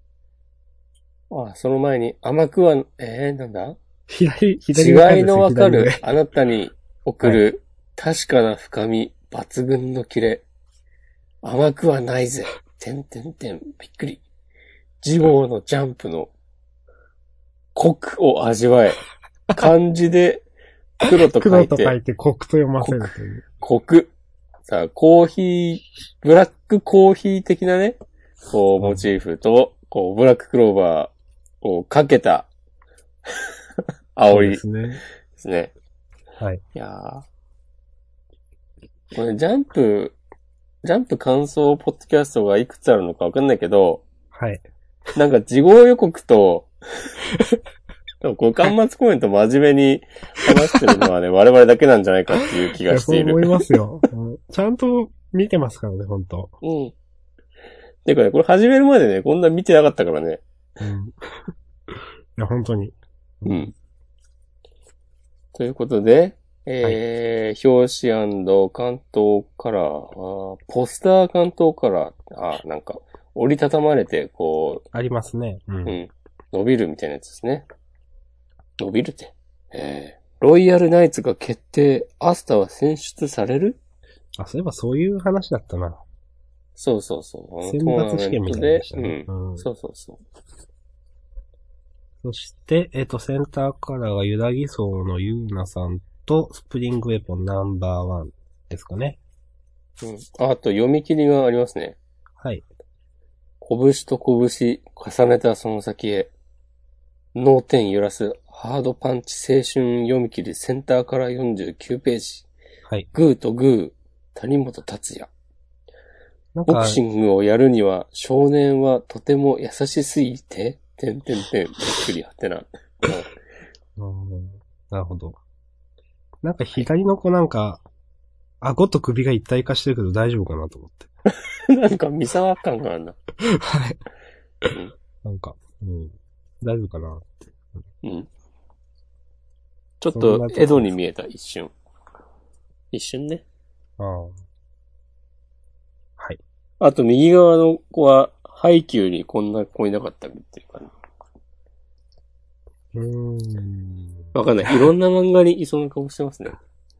S1: その前に甘くは、なんだ？
S2: 左
S1: 違いのわかるあなたに送る確かな深み抜群のキレ。甘くはないぜ。びっくり。次号のジャンプのコクを味わえ。漢字で黒と書いて
S2: コクと読ませるという。
S1: コク。さあ、ブラックコーヒー的なね、こう、モチーフと、こう、ブラッククローバーをかけた、煽りですね。
S2: はい。
S1: いやー。これ、ジャンプ感想ポッドキャストがいくつあるのかわかんないけど、
S2: はい。
S1: なんか、事後予告と、これ、端末コメント真面目に話してるのはね、我々だけなんじゃないかっていう気がしている。
S2: そう思いますよ。ちゃんと見てますからね、本当。
S1: てかね、これ始めるまでね、こんな見てなかったからね。
S2: いや、本当に。
S1: ということで、表紙&関東カラー、ポスター関東カラー、なんか、折りたたまれて、こう。
S2: ありますね。
S1: 伸びるみたいなやつですね。伸びるって。ロイヤルナイツが決定、アスタは選出される？
S2: そういえばそういう話だったな。
S1: そう。
S2: 選抜試験みたいでしたね。
S1: そう。
S2: そして、センターカラーがユダギソウのユーナさんと、スプリングウェポンナンバーワンですかね。
S1: あと読み切りがありますね。
S2: はい。
S1: 拳と拳重ねたその先へ。脳天揺らすハードパンチ青春読み切りセンターカラー49ページ。
S2: はい。
S1: グーとグー、谷本達也。ボクシングをやるには少年はとても優しすぎて、びっくりはてな。
S2: なるほど。なんか左の子なんか、顎と首が一体化してるけど大丈夫かなと思って。
S1: なんか三沢感があるな。
S2: はい。なんか、大丈夫かなって。
S1: ちょっと江戸に見えた、一瞬。一瞬ね。
S2: はい。
S1: あと右側の子は、ハイキューにこんな子いなかったっていうかな。わかんない。いろんな漫画にいそうな顔してますね。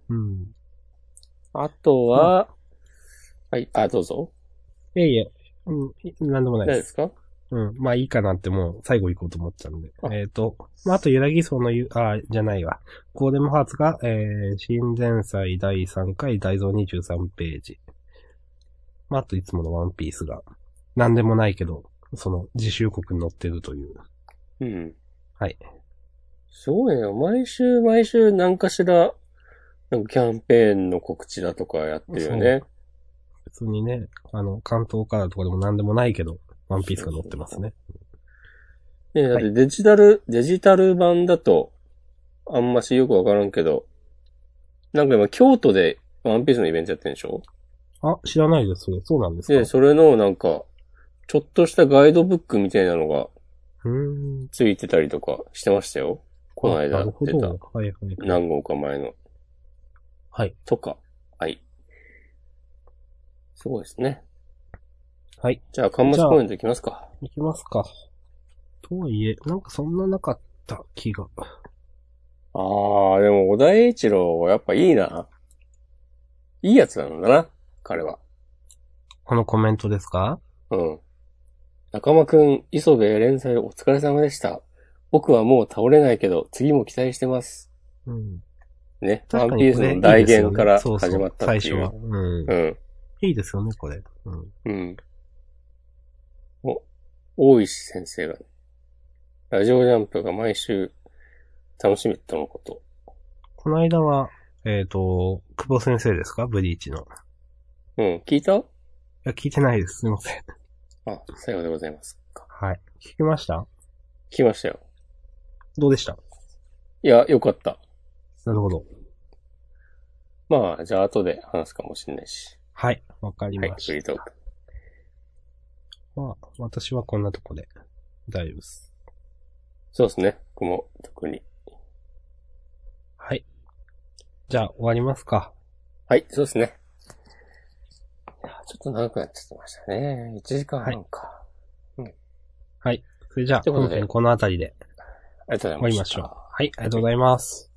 S1: あとは、はい、どうぞ。
S2: いや、なんでもないです。
S1: 何ですか？
S2: まあいいかなってもう最後行こうと思ったんで。あと、ユダギソウのじゃないわ。コーデムハーツが、新前祭第3回大蔵23ページ。あといつものワンピースが、なんでもないけど、その自習国に載ってるという。はい。
S1: すごいね。毎週何かしら、なんかキャンペーンの告知だとかやってるよね。
S2: 別にね、関東カラーとかでもなんでもないけど、ワンピースが載ってますね。
S1: だってデジタル版だと、あんましよくわからんけど、なんか今京都でワンピースのイベントやってるんでしょ？
S2: 知らないです。そうなんですか？
S1: で、それのなんか、ちょっとしたガイドブックみたいなのが、ついてたりとかしてましたよ。この間出た。何号か前の。
S2: はい。
S1: とか。はい。すごいですね。
S2: はい。
S1: じゃあ、端末コメントいきますか。
S2: いきますか。とはいえ、なんかそんななかった気が。
S1: でも、小田栄一郎はやっぱいいな。いいやつなんだな、彼は。
S2: このコメントですか？
S1: 中間くん、磯部連載お疲れ様でした。僕はもう倒れないけど、次も期待してます。
S2: うん。
S1: ね。ワンピースの大言から始まったっていう。
S2: 最初は。うん。いいですよね、これ。
S1: うん。大石先生が、ラジオジャンプが毎週楽しみとのこと。
S2: この間は、久保先生ですか？ブリーチの。
S1: 聞いた？い
S2: や、聞いてないです。すいません。
S1: あ、さようでございますか。
S2: はい。聞きました？
S1: 聞きましたよ。
S2: どうでした？
S1: いや、よかった。
S2: なるほど。
S1: まあ、じゃあ後で話すかもしれないし。
S2: はい、わかりました。
S1: はい、フリートーク。
S2: まあ、私はこんなとこで大丈夫です。
S1: そうですね。僕も特に。
S2: はい。じゃあ終わりますか。
S1: はい、そうですね。ちょっと長くなっちゃってましたね。1時間半か。
S2: はい。はい。それじゃあ、本編このあたりで。
S1: ありがとうございました。
S2: 終わりましょう。はい、ありがとうございます。